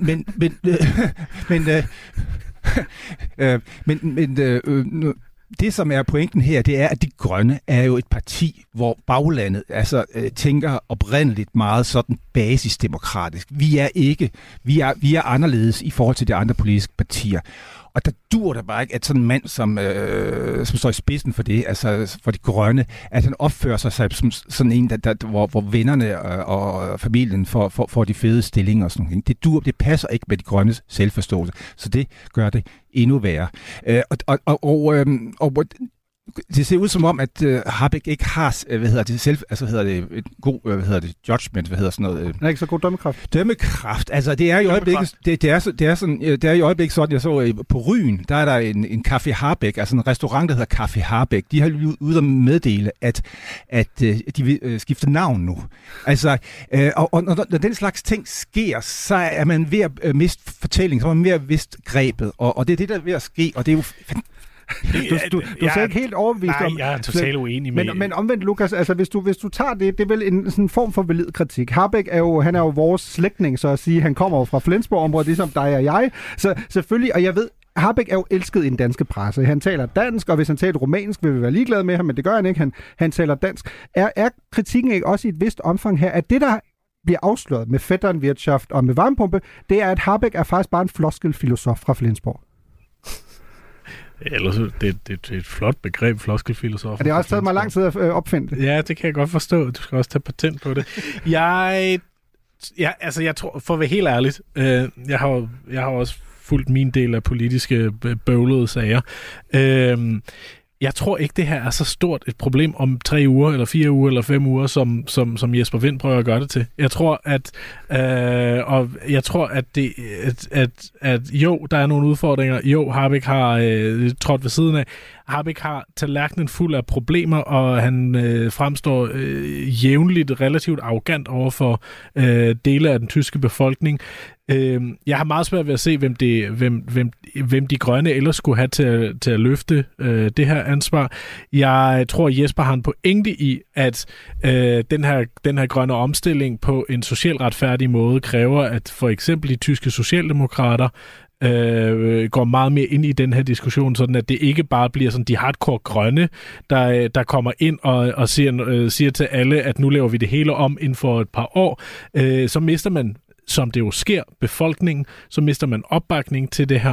Men det, som er pointen her, det er, at De Grønne er jo et parti, hvor baglandet tænker oprindeligt meget sådan basisdemokratisk. Vi er anderledes i forhold til de andre politiske partier. Og der dur det bare ikke, at sådan en mand, som står i spidsen for det, altså for De Grønne, at han opfører sig som sådan en, hvor vennerne og familien får de fede stillinger og sådan noget. Det passer ikke med De Grønnes selvforståelse, så det gør det endnu værre. Det ser ud som om, at Habeck ikke har, judgment, sådan noget. Ikke så god dømmekraft. Dømmekraft, altså det er i øjeblikket, det er i øjeblikket sådan, jeg så på Ryen, der er der en Café Habeck, altså en restaurant, der hedder Café Habeck. De har ude at meddele, at de vil skifte navn nu. Altså, og når den slags ting sker, så er man ved at miste fortællingen, så er man ved at miste grebet, og det er det, der er ved at ske, og det er jo Du er ikke helt overbevist om... Nej, jeg er totalt uenig med... Men omvendt, Lukas, altså hvis du tager det er vel en sådan form for valid kritik. Habeck er jo vores slægtning, så at sige. Han kommer jo fra Flensborg-området, ligesom dig og jeg. Så selvfølgelig, og jeg ved, Habeck er jo elsket i den danske presse. Han taler dansk, og hvis han taler rumænsk, vil vi være ligeglade med ham, men det gør han ikke. Han taler dansk. Er kritikken ikke også i et vist omfang her, at det, der bliver afsløret med Vetternwirtschaft og med varmepumpe, det er, at Habeck er faktisk bare en floskelfilosof fra Flensborg? Ellers, det er et flot begreb, floskelfilosof. Det har også taget mig lang tid at opfinde det. Ja, det kan jeg godt forstå. Du skal også tage patent på det. Jeg tror, for at være helt ærligt, jeg har også fulgt min del af politiske bøvlede sager. Jeg tror ikke, det her er så stort et problem om 3 uger, eller 4 uger, eller 5 uger, som Jesper Wind prøver at gøre det til. Jeg tror, at jo, der er nogle udfordringer. Jo, Habeck har trådt ved siden af. Habeck har tallerkenen fuld af problemer, og han fremstår jævnligt relativt arrogant over for dele af den tyske befolkning. Jeg har meget svært ved at se, hvem de grønne ellers skulle have til at løfte det her ansvar. Jeg tror, Jesper har en pointe i, at den her grønne omstilling på en socialt retfærdig måde kræver, at for eksempel de tyske socialdemokrater går meget mere ind i den her diskussion, sådan at det ikke bare bliver sådan de hardcore grønne, der kommer ind og siger til alle, at nu laver vi det hele om inden for et par år. Så mister man, som det jo sker, befolkningen, så mister man opbakning til det her.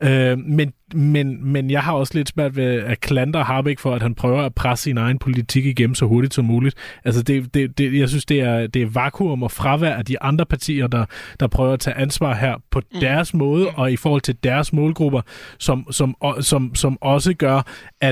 Men jeg har også lidt svært ved at klandre Habeck for, at han prøver at presse sin egen politik igennem så hurtigt som muligt. Altså jeg synes, det er vakuum og fravær af de andre partier, der prøver at tage ansvar her på deres måde, og i forhold til deres målgrupper, som også gør,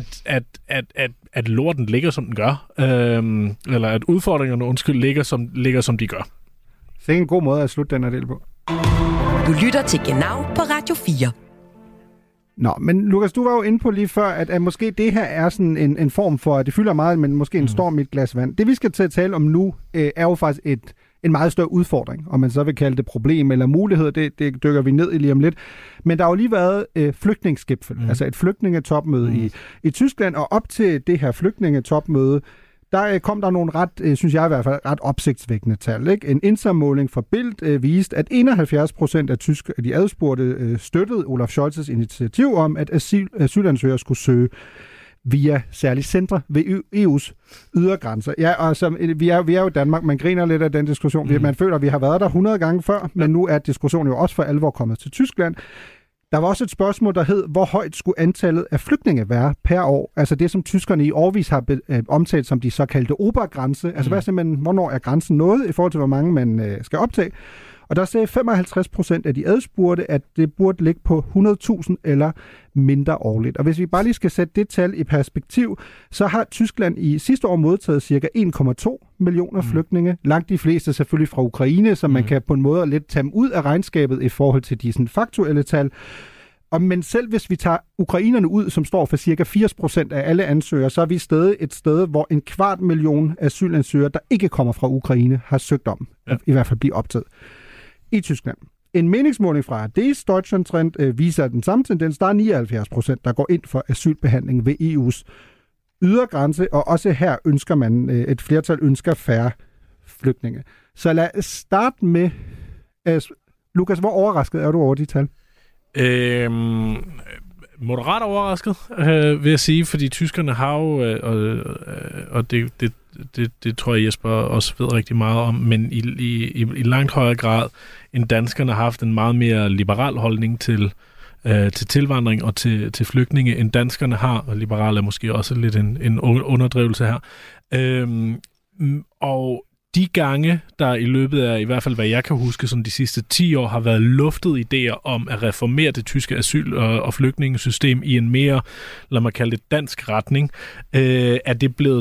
at lorten ligger, som den gør. Eller at udfordringerne, ligger, som de gør. Det er en god måde at slutte den her del på. Du lytter til Genau på Radio 4. Nå, men Lukas, du var jo inde på lige før, at måske det her er sådan en form for, at det fylder meget, men måske en storm i et glas vand. Det vi skal til at tale om nu, er jo faktisk en meget større udfordring, om man så vil kalde det problem eller mulighed, det dykker vi ned i lige om lidt. Men der har jo lige været flygtningeskipfel, altså et flygtningetopmøde i Tyskland, og op til det her flygtningetopmøde, der kom der nogle synes jeg i hvert fald, ret opsigtsvækkende tal. Ikke? En indsamling fra Bild viste, at 71% af de adspurgte støttede Olaf Scholz's initiativ om, at asylansøgere skulle søge via særlige centre ved EU's ydergrænser. Ja, og vi er jo i Danmark, man griner lidt af den diskussion. Man føler, at vi har været der 100 gange før, men nu er diskussionen jo også for alvor kommet til Tyskland. Der var også et spørgsmål, der hed, hvor højt skulle antallet af flygtninge være per år? Altså det, som tyskerne i årevis har omtalt som de såkaldte Obergrænse. Altså hvornår er grænsen nået i forhold til, hvor mange man skal optage? Og der sagde 55% af de adspurgte, at det burde ligge på 100.000 eller mindre årligt. Og hvis vi bare lige skal sætte det tal i perspektiv, så har Tyskland i sidste år modtaget ca. 1,2 millioner flygtninge. Langt de fleste selvfølgelig fra Ukraine, så man kan på en måde lidt tage dem ud af regnskabet i forhold til de sådan, faktuelle tal. Men selv hvis vi tager ukrainerne ud, som står for ca. 80% af alle ansøgere, så er vi stadig et sted, hvor 250.000 asylansøgere, der ikke kommer fra Ukraine, har søgt om. I hvert fald blive optaget i Tyskland. En meningsmåling fra AD's Deutschland-trend viser den samme tendens. Der er 79%, der går ind for asylbehandling ved EU's ydergrænse, og også her ønsker man, et flertal ønsker færre flygtninge. Så lad os starte med, Lukas, hvor overrasket er du over de tal? Moderat overrasket, vil jeg sige, fordi tyskerne har jo, og det tror jeg Jesper også ved rigtig meget om, men i langt højere grad end danskerne har haft en meget mere liberal holdning til tilvandring og til flygtninge, end danskerne har, og liberal er måske også lidt en underdrivelse her. Og de gange, der i løbet af, i hvert fald hvad jeg kan huske, sådan de sidste 10 år, har været luftet idéer om at reformere det tyske asyl- og flygtningesystem i en mere, lad mig kalde det, dansk retning, er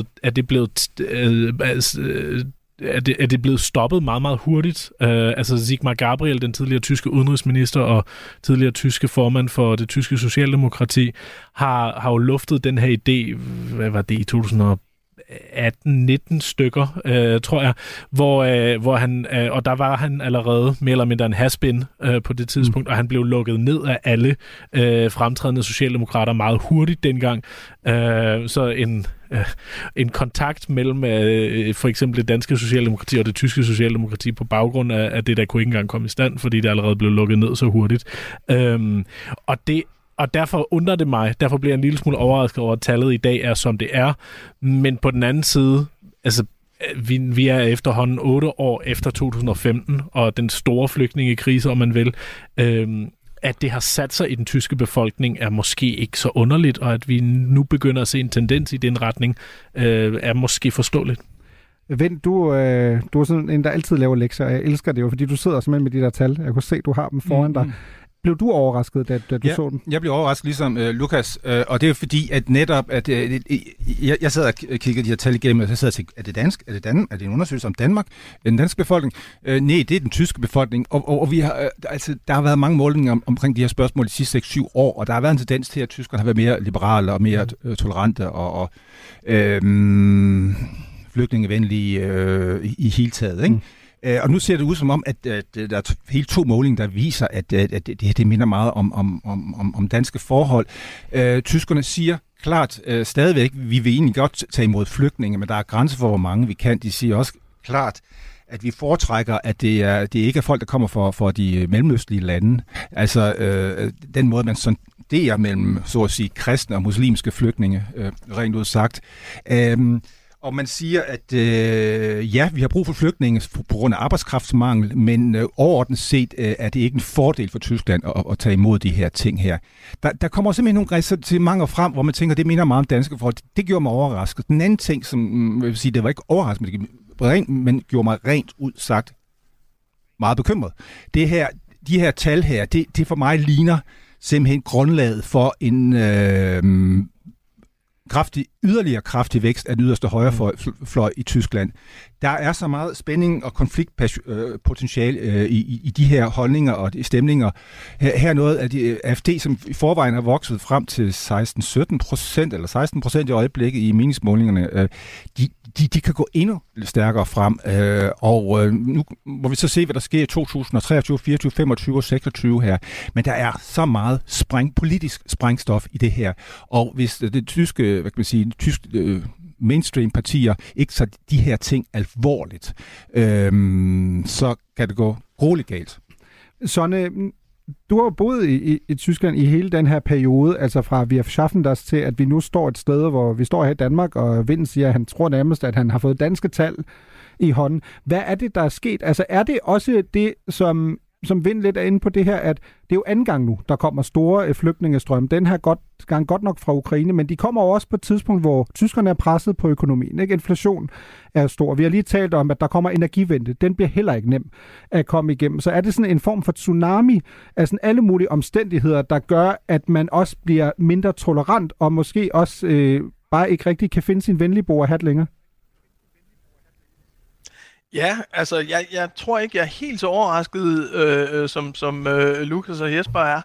det blevet stoppet meget, meget hurtigt. Altså Sigmar Gabriel, den tidligere tyske udenrigsminister og tidligere tyske formand for det tyske socialdemokrati, har jo luftet den her idé, hvad var det, i 2018-19 stykker, tror jeg, hvor han, og der var han allerede mere eller mindre en has-been på det tidspunkt, og han blev lukket ned af alle fremtrædende socialdemokrater meget hurtigt dengang. Så en kontakt mellem for eksempel det danske socialdemokrati og det tyske socialdemokrati på baggrund af det, der kunne ikke engang komme i stand, fordi det allerede blev lukket ned så hurtigt. Og derfor undrer det mig, derfor bliver jeg en lille smule overrasket over, at tallet i dag er, som det er. Men på den anden side, altså, vi er efterhånden 8 år efter 2015, og den store flygtningekrise, om man vil, at det har sat sig i den tyske befolkning, er måske ikke så underligt, og at vi nu begynder at se en tendens i den retning, er måske forståeligt. Vind, du er sådan en, der altid laver lektier, og jeg elsker det jo, fordi du sidder simpelthen med de der tal. Jeg kunne se, du har dem foran dig. Blev du overrasket, da du så den? Jeg blev overrasket, ligesom Lukas, og det er fordi, at netop, at jeg sad og kiggede de her tal igennem, og så sad og tænkte, er det dansk? Er det en undersøgelse om Danmark? Den danske befolkning? Nej, det er den tyske befolkning, og vi har, altså, der har været mange målinger omkring de her spørgsmål de sidste 6-7 år, og der har været en tendens til, at tyskerne har været mere liberale og mere tolerante og flygtningevenlige i hele taget, ikke? Og nu ser det ud som om, at der er helt 2 målinger, der viser, at det minder meget om danske forhold. Tyskerne siger klart stadigvæk, vi vil egentlig godt tage imod flygtninge, men der er grænser for, hvor mange vi kan. De siger også klart, at vi foretrækker, at det ikke er folk, der kommer for de mellemøstlige lande. Altså den måde, man sonderer mellem, så at sige, kristne og muslimske flygtninge, rent ud sagt. Og man siger, at ja, vi har brug for flygtninge på grund af arbejdskraftsmangel, men overordnet set er det ikke en fordel for Tyskland at tage imod de her ting her. Der kommer simpelthen nogle resonementer frem, hvor man tænker, det minder meget om danske forhold. Det gjorde mig overrasket. Den anden ting, som jeg vil sige, det var ikke overraskende, men gjorde mig rent ud sagt meget bekymret. De her tal her, det for mig ligner simpelthen grundlaget for en yderligere kraftig vækst af den yderste højrefløj i Tyskland. Der er så meget spænding og konfliktpotentiale i de her holdninger og de stemninger. Her er noget af de AfD, som i forvejen har vokset frem til 16-17% eller 16% i øjeblikket i meningsmålingerne. De kan gå endnu stærkere frem, og nu må vi så se, hvad der sker i 2023, 24, 25 og 26 her. Men der er så meget politisk sprængstof i det her, og hvis det tyske, hvad kan man sige, mainstream-partier ikke tager de her ting alvorligt, så kan det gå grueligt galt. Sonne, du har jo boet i Tyskland i hele den her periode, altså fra vi har schaffen os til, at vi nu står et sted, hvor vi står her i Danmark, og Vind siger, at han tror nærmest, at han har fået danske tal i hånden. Hvad er det, der er sket? Altså er det også det, som Vind lidt er inde på det her, at det er jo anden gang nu, der kommer store flygtningestrømme. Den her gang godt nok fra Ukraine, men de kommer også på et tidspunkt, hvor tyskerne er presset på økonomien. Ikke? Inflation er stor. Vi har lige talt om, at der kommer energivente. Den bliver heller ikke nem at komme igennem. Så er det sådan en form for tsunami af sådan alle mulige omstændigheder, der gør, at man også bliver mindre tolerant, og måske også bare ikke rigtig kan finde sin venlige bord at have længere? Ja, altså jeg tror ikke, jeg er helt så overrasket, som Lukas og Jesper er.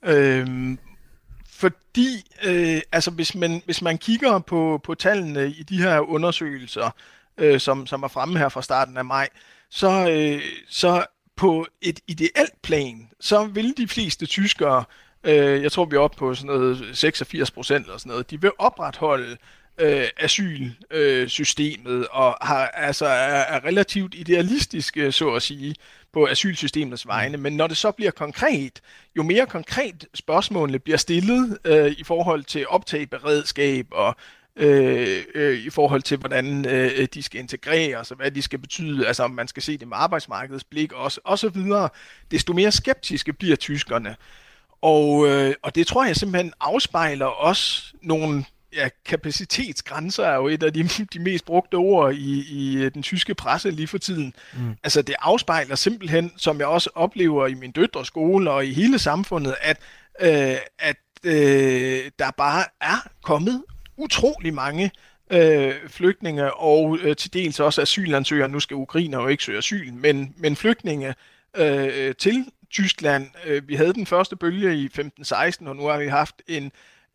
Fordi altså hvis man kigger på tallene i de her undersøgelser, som er fremme her fra starten af maj, så på et ideelt plan, så vil de fleste tyskere, jeg tror vi er oppe på sådan noget 86% eller sådan noget, de vil opretholde asylsystemet og er relativt idealistiske, så at sige, på asylsystemets vegne. Men når det så bliver konkret, jo mere konkret spørgsmålene bliver stillet i forhold til optageberedskab og i forhold til, hvordan de skal integreres og hvad de skal betyde, altså om man skal se det med arbejdsmarkedets blik og så videre, desto mere skeptiske bliver tyskerne. Og det tror jeg simpelthen afspejler også nogle kapacitetsgrænser er jo et af de mest brugte ord i den tyske presse lige for tiden. Altså det afspejler simpelthen, som jeg også oplever i min døtres skole og i hele samfundet, at der bare er kommet utrolig mange flygtninge og til dels også asylansøgere. Nu skal ukrainere jo ikke søge asyl, men flygtninge til Tyskland. Vi havde den første bølge i 15-16, og nu har vi haft en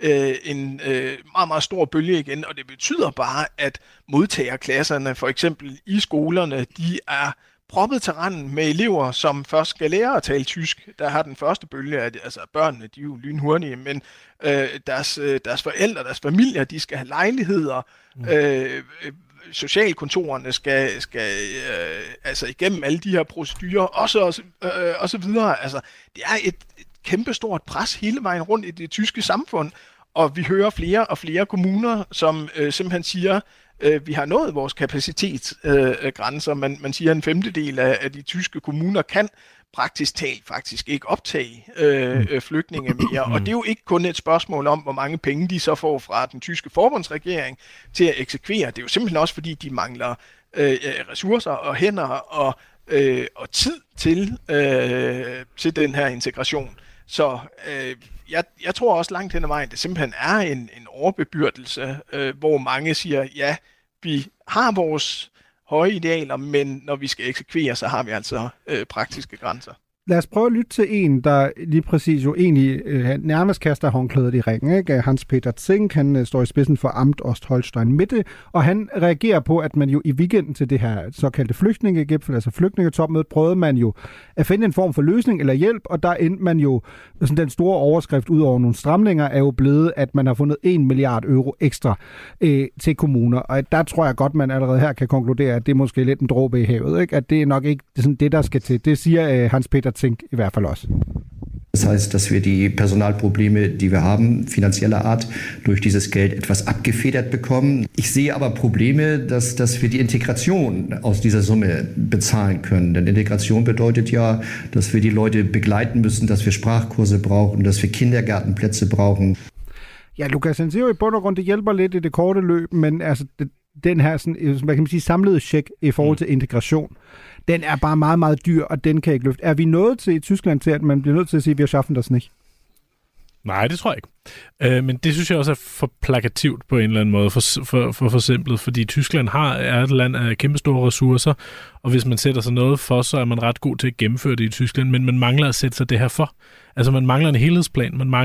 meget, meget stor bølge igen, og det betyder bare, at modtagerklasserne, for eksempel i skolerne, de er proppet til randen med elever, som først skal lære at tale tysk. Der har den første bølge, altså børnene, de er jo lynhurtige, men deres forældre, deres familier, de skal have lejligheder. Socialkontorerne skal altså igennem alle de her procedurer, og så videre. Altså, det er et kæmpestort pres hele vejen rundt i det tyske samfund, og vi hører flere og flere kommuner, som simpelthen siger, vi har nået vores kapacitetsgrænser. Man siger, at 1/5 af de tyske kommuner kan praktisk talt faktisk ikke optage flygtninge mere. Og det er jo ikke kun et spørgsmål om, hvor mange penge de så får fra den tyske forbundsregering til at eksekvere. Det er jo simpelthen også, fordi de mangler ressourcer og hænder og tid til den her integration. Så jeg tror også langt hen ad vejen, det simpelthen er en overbebyrdelse, hvor mange siger, ja, vi har vores høje idealer, men når vi skal eksekvere, så har vi altså praktiske grænser. Lad os prøve at lytte til en, der lige præcis jo egentlig nærmest kaster håndklædet i ringen. Ikke? Hans-Peter Zink, han står i spidsen for Amt Ostholstein Mitte, og han reagerer på, at man jo i weekenden til det her såkaldte flygtningegipfel, altså flygtningetopmødet, prøvede man jo at finde en form for løsning eller hjælp, og der endte man jo, sådan den store overskrift ud over nogle stramninger, er jo blevet, at man har fundet 1 milliard euro ekstra til kommuner. Og der tror jeg godt, man allerede her kan konkludere, at det er måske lidt en dråbe i havet, ikke? At det er nok ikke sådan det, der skal til. Det siger Hans-Peter Zink i hvert fall aus. Das heißt, dass wir die Personalprobleme, die wir haben, finanzieller Art, durch dieses Geld etwas abgefedert bekommen. Ich sehe aber Probleme, dass wir die Integration aus dieser Summe bezahlen können. Denn Integration bedeutet ja, dass wir die Leute begleiten müssen, dass wir Sprachkurse brauchen, dass wir Kindergartenplätze brauchen. Ja, Lukas, han siger jo i bund og grund, det hjælper lidt i det korte løb, men altså den her sådan, hvad kan man sige, samlede check i forhold til integration, den er bare meget, meget dyr, og den kan ikke løfte. Er vi nået til i Tyskland til, at man bliver nødt til at sige, at vi har schaffen das nicht? Nej, det tror jeg ikke. Men det synes jeg også er for plakativt på en eller anden måde, for forsimplet, fordi Tyskland er et land af kæmpe store ressourcer, og hvis man sætter sig noget for, så er man ret god til at gennemføre det i Tyskland, men man mangler at sætte sig det her for. Altså man mangler en helhedsplan, man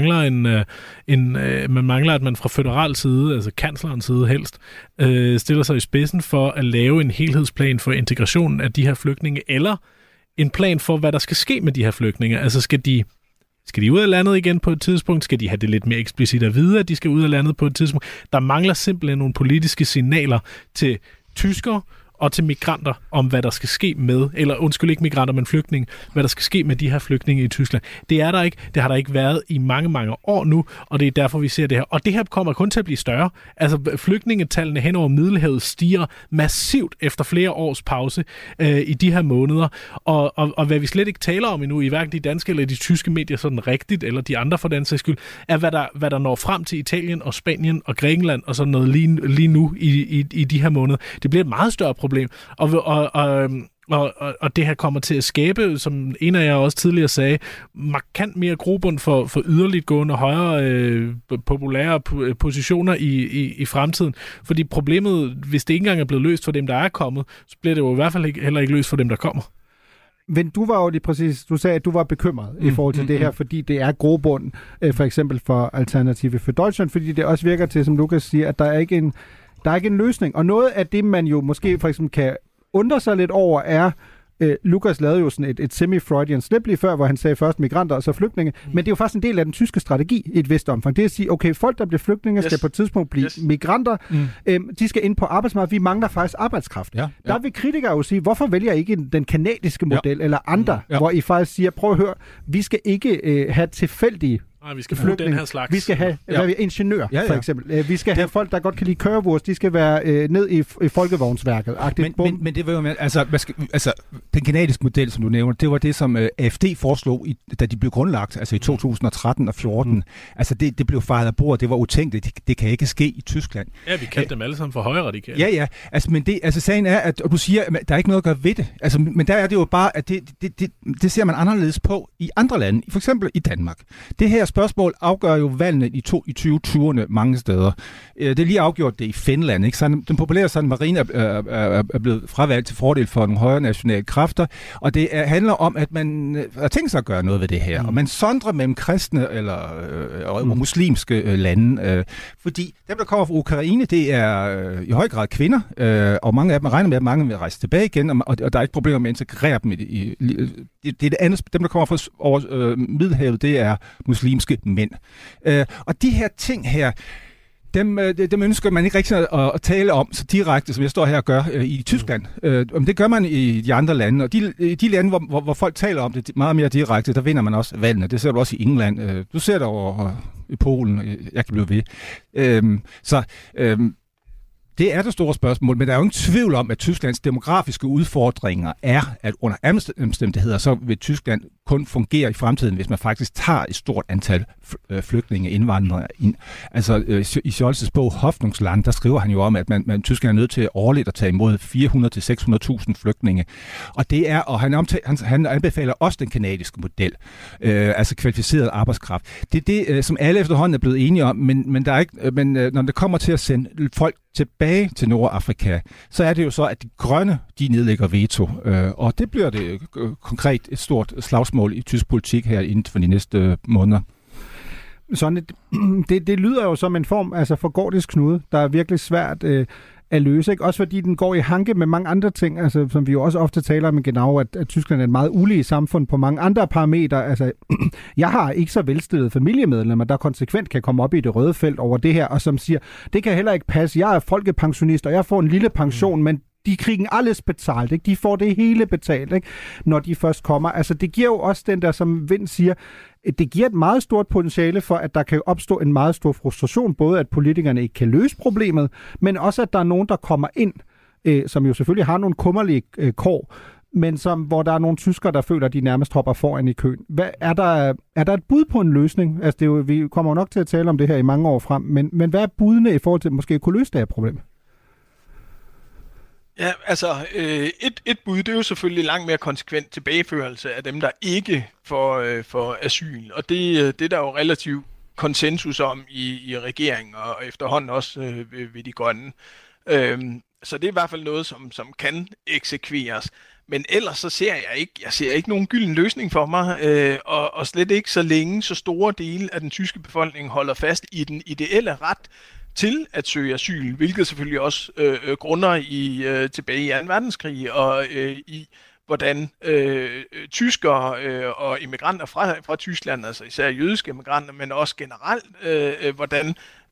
mangler at man fra føderal side, altså kanslerens side helst, stiller sig i spidsen for at lave en helhedsplan for integrationen af de her flygtninge, eller en plan for, hvad der skal ske med de her flygtninge. Altså skal de ud af landet igen på et tidspunkt? Skal de have det lidt mere eksplicit at vide, at de skal ud af landet på et tidspunkt? Der mangler simpelthen nogle politiske signaler til tyskere og til migranter om, hvad der skal ske med, eller undskyld, ikke migranter, men flygtninge, hvad der skal ske med de her flygtninge i Tyskland. Det er der ikke. Det har der ikke været i mange, mange år nu, og det er derfor, vi ser det her. Og det her kommer kun til at blive større. Altså, flygtningetallene hen over Middelhavet stiger massivt efter flere års pause i de her måneder. Og hvad vi slet ikke taler om endnu, i hverken de danske eller de tyske medier sådan rigtigt, eller de andre for den sags skyld, er, hvad der når frem til Italien og Spanien og Grækenland og sådan noget lige nu i de her måneder. Det bliver et meget større problem. Og det her kommer til at skabe, som en af jer også tidligere sagde, markant mere grobund for yderligt gående højere populære positioner i fremtiden. Fordi problemet, hvis det ikke engang er blevet løst for dem, der er kommet, så bliver det jo i hvert fald heller ikke løst for dem, der kommer. Men du var jo lige præcis, du sagde, at du var bekymret i forhold til det her, fordi det er grobund, for eksempel for Alternative for Deutschland, fordi det også virker til, som Lukas siger, at der er ikke en løsning. Og noget af det, man jo måske for eksempel kan undre sig lidt over, er, Lukas lavede jo sådan et semi-Freudian slip lige før, hvor han sagde først migranter og så flygtninge, men det er jo faktisk en del af den tyske strategi i et vist omfang. Det er at sige, okay, folk, der bliver flygtninge, skal på et tidspunkt blive migranter. De skal ind på arbejdsmarkedet. Vi mangler faktisk arbejdskraft. Ja. Der vil kritikere jo sige, hvorfor vælger I ikke den kanadiske model eller andre, hvor I faktisk siger, prøv at høre, vi skal ikke have tilfældige vi skal bruge den her slags. Vi skal have ingeniør, for eksempel. Vi skal have folk, der godt kan lide currywurst. De skal være ned i folkevognsværket. Men det var jo, altså, den kanadiske model, som du nævner, det var det, som AFD foreslog, da de blev grundlagt, altså i 2013 og 14. Altså, det blev fejret af bord. Det var utænkeligt. Det kan ikke ske i Tyskland. Ja, vi kaldte dem alle sammen for højradikale. Ja. Altså, men sagen er, at du siger, at der er ikke noget at gøre ved det. Altså, men der er det jo bare, at det ser man anderledes på i andre lande. For eksempel i Danmark. Det her spørgsmål afgør jo valgene i 2020'erne mange steder. Det er lige afgjort det i Finland. Ikke? Den populære San Marino er blevet fravalgt til fordel for nogle højre nationale kræfter, og det handler om, at man har tænkt sig at gøre noget ved det her. Og man sondrer mellem kristne eller muslimske lande, fordi dem, der kommer fra Ukraine, det er i høj grad kvinder, og mange af dem regner med, at mange vil rejse tilbage igen, og der er ikke problemer med at integrere dem det er det andet. Dem, der kommer fra over Middelhavet, det er muslimske mænd. Og de her ting her, dem ønsker man ikke rigtig at tale om så direkte, som jeg står her og gør i Tyskland. Det gør man i de andre lande, og de lande, hvor folk taler om det meget mere direkte, der vinder man også valgene. Det ser du også i England. Du ser det over i Polen. Jeg kan blive ved. Det er det store spørgsmål, men der er jo ingen tvivl om, at Tysklands demografiske udfordringer er, at under omstændigheder, så vil Tyskland kun fungere i fremtiden, hvis man faktisk tager et stort antal flygtninge indvandrere ind. Altså i Scholz's bog Hoffnungsland, der skriver han jo om, at man Tyskland er nødt til årligt at tage imod 400-600.000 flygtninge. Og det er, og han anbefaler også den kanadiske model, altså kvalificeret arbejdskraft. Det er det, som alle efterhånden er blevet enige om, men der er ikke, men når det kommer til at sende folk tilbage til Nordafrika, så er det jo så, at de grønne, de nedlægger veto. Og det bliver det konkret et stort slagsmål i tysk politik her inden for de næste måneder. Sådan det lyder jo som en form altså for gordisk knude, der er virkelig svært at løse. Ikke? Også fordi den går i hanke med mange andre ting, altså, som vi jo også ofte taler om i Genau, at Tyskland er et meget ulige samfund på mange andre parametre. Altså, jeg har ikke så velstillede familiemedlemmer, der konsekvent kan komme op i det røde felt over det her, og som siger, det kan heller ikke passe. Jeg er folkepensionist, og jeg får en lille pension, men de krigen alles betalt, ikke? De får det hele betalt, ikke? Når de først kommer. Altså, det giver jo også den der, som Vind siger, det giver et meget stort potentiale for, at der kan opstå en meget stor frustration, både at politikerne ikke kan løse problemet, men også at der er nogen, der kommer ind, som jo selvfølgelig har nogle kummerlige kår, men hvor der er nogle tyskere, der føler, at de nærmest hopper foran i køen. Er der et bud på en løsning? Altså, vi kommer jo nok til at tale om det her i mange år frem, men hvad er budene i forhold til måske at kunne løse det her problem? Ja, altså et bud, det er jo selvfølgelig langt mere konsekvent tilbageførelse af dem, der ikke får asyl. Og det er der jo relativt konsensus om i regeringen og efterhånden også ved de grønne. Så det er i hvert fald noget, som kan eksekveres. Men ellers så ser jeg ikke nogen gylden løsning for mig, og slet ikke så længe så store dele af den tyske befolkning holder fast i den ideelle ret til at søge asyl, hvilket selvfølgelig også grunder tilbage i 2. verdenskrig og i hvordan tyskere og immigranter fra Tyskland, altså især jødiske immigranter, men også generelt, hvordan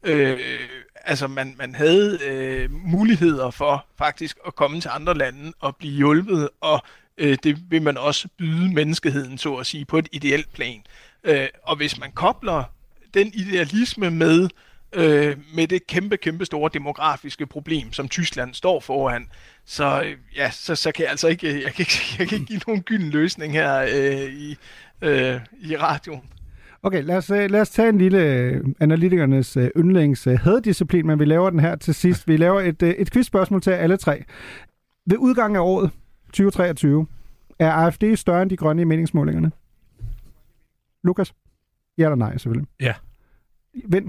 man havde muligheder for faktisk at komme til andre lande og blive hjulpet, og det vil man også byde menneskeheden, så at sige, på et ideelt plan. Og hvis man kobler den idealisme med det kæmpe store demografiske problem, som Tyskland står foran, så kan jeg altså ikke, jeg kan ikke give nogen gylden løsning her i radioen. Okay, lad os tage en lille analytikernes yndlings haddisciplin, men vi laver den her til sidst. Vi laver et quizspørgsmål til alle tre. Ved udgangen af året 2023, er AfD større end de grønne i meningsmålingerne? Lukas? Ja eller nej, selvfølgelig. Ja. Vind?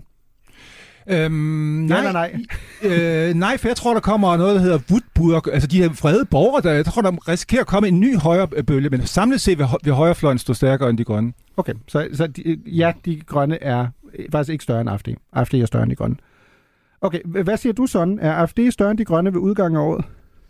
Nej, for jeg tror, der kommer noget, der hedder Wutburg, altså de her frede borgere, jeg tror, der risikerer at komme en ny højrebølge, men samlet set vil højrefløjen stå stærkere end de grønne. Okay, så de grønne er faktisk ikke større end AfD. AfD er større end de grønne. Okay, hvad siger du sådan? Er AfD større end de grønne ved udgangen af året?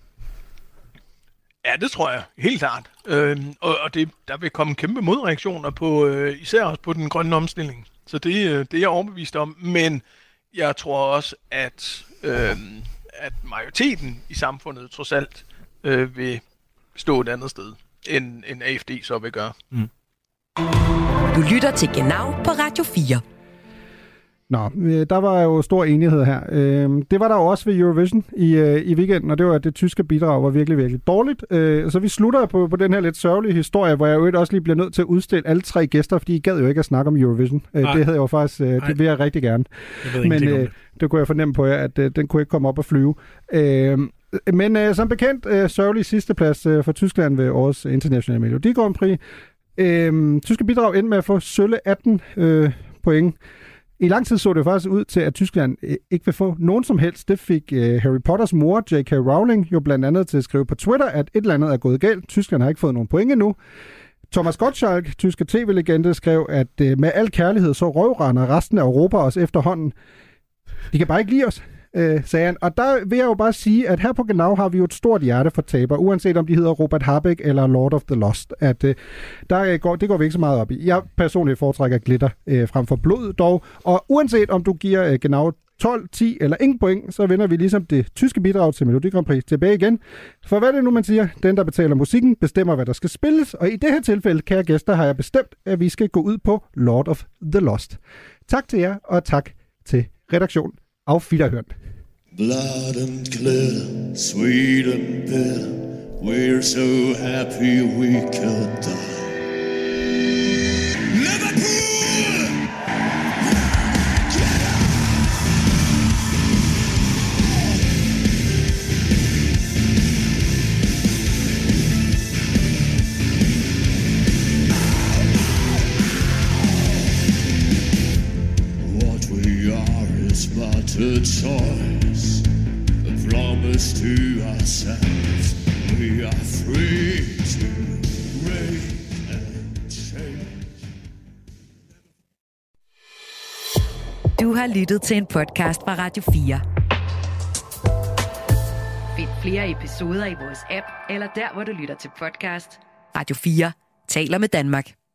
Ja, det tror jeg. Helt klart. Og der vil komme kæmpe modreaktioner på, især også på den grønne omstilling. Så det er jeg overbevist om. Men jeg tror også, at majoriteten i samfundet trods alt vil stå et andet sted, end AfD så vil gøre. Mm. Du lytter til Genau på Radio 4. Nå, der var jo stor enighed her. Det var der jo også ved Eurovision i weekenden, og det var, at det tyske bidrag var virkelig, virkelig dårligt. Så vi slutter på den her lidt sørgelige historie, hvor jeg jo også lige bliver nødt til at udstille alle 3 gæster, fordi I gad jo ikke at snakke om Eurovision. Det havde jeg jo faktisk, det vil jeg rigtig gerne. Men det kunne jeg fornemme på jer, at den kunne ikke komme op og flyve. Men som bekendt, sørgelig sidsteplads for Tyskland ved årets internationale Melodi Grand Prix. Tyske bidrag endte med at få sølle 18 point. I lang tid så det faktisk ud til, at Tyskland ikke vil få nogen som helst. Det fik Harry Potters mor, J.K. Rowling, jo blandt andet til at skrive på Twitter, at et eller andet er gået galt. Tyskland har ikke fået nogen point endnu. Thomas Gottschalk, tyske tv-legende, skrev, at med al kærlighed så røvrender resten af Europa os efterhånden. De kan bare ikke lide os, sagde han. Og der vil jeg jo bare sige, at her på Genau har vi jo et stort hjerte for taber, uanset om de hedder Robert Habeck eller Lord of the Lost. At det går vi ikke så meget op i. Jeg personligt foretrækker glitter frem for blod dog. Og uanset om du giver Genau 12, 10 eller ingen point, så vender vi ligesom det tyske bidrag til Melodi Grand Prix tilbage igen. For hvad er det nu, man siger? Den, der betaler musikken, bestemmer, hvad der skal spilles. Og i det her tilfælde, kære gæster, har jeg bestemt, at vi skal gå ud på Lord of the Lost. Tak til jer, og tak til redaktionen. Auf Wiederhören. Blood and glitter, sweet and bitter, we're so happy we could die. Liverpool! What we are is but a choice, a promise to ourselves. We are free to break and change. Du har lyttet til en podcast fra Radio 4. Find flere episoder i vores app, eller der, hvor du lytter til podcast. Radio 4 taler med Danmark.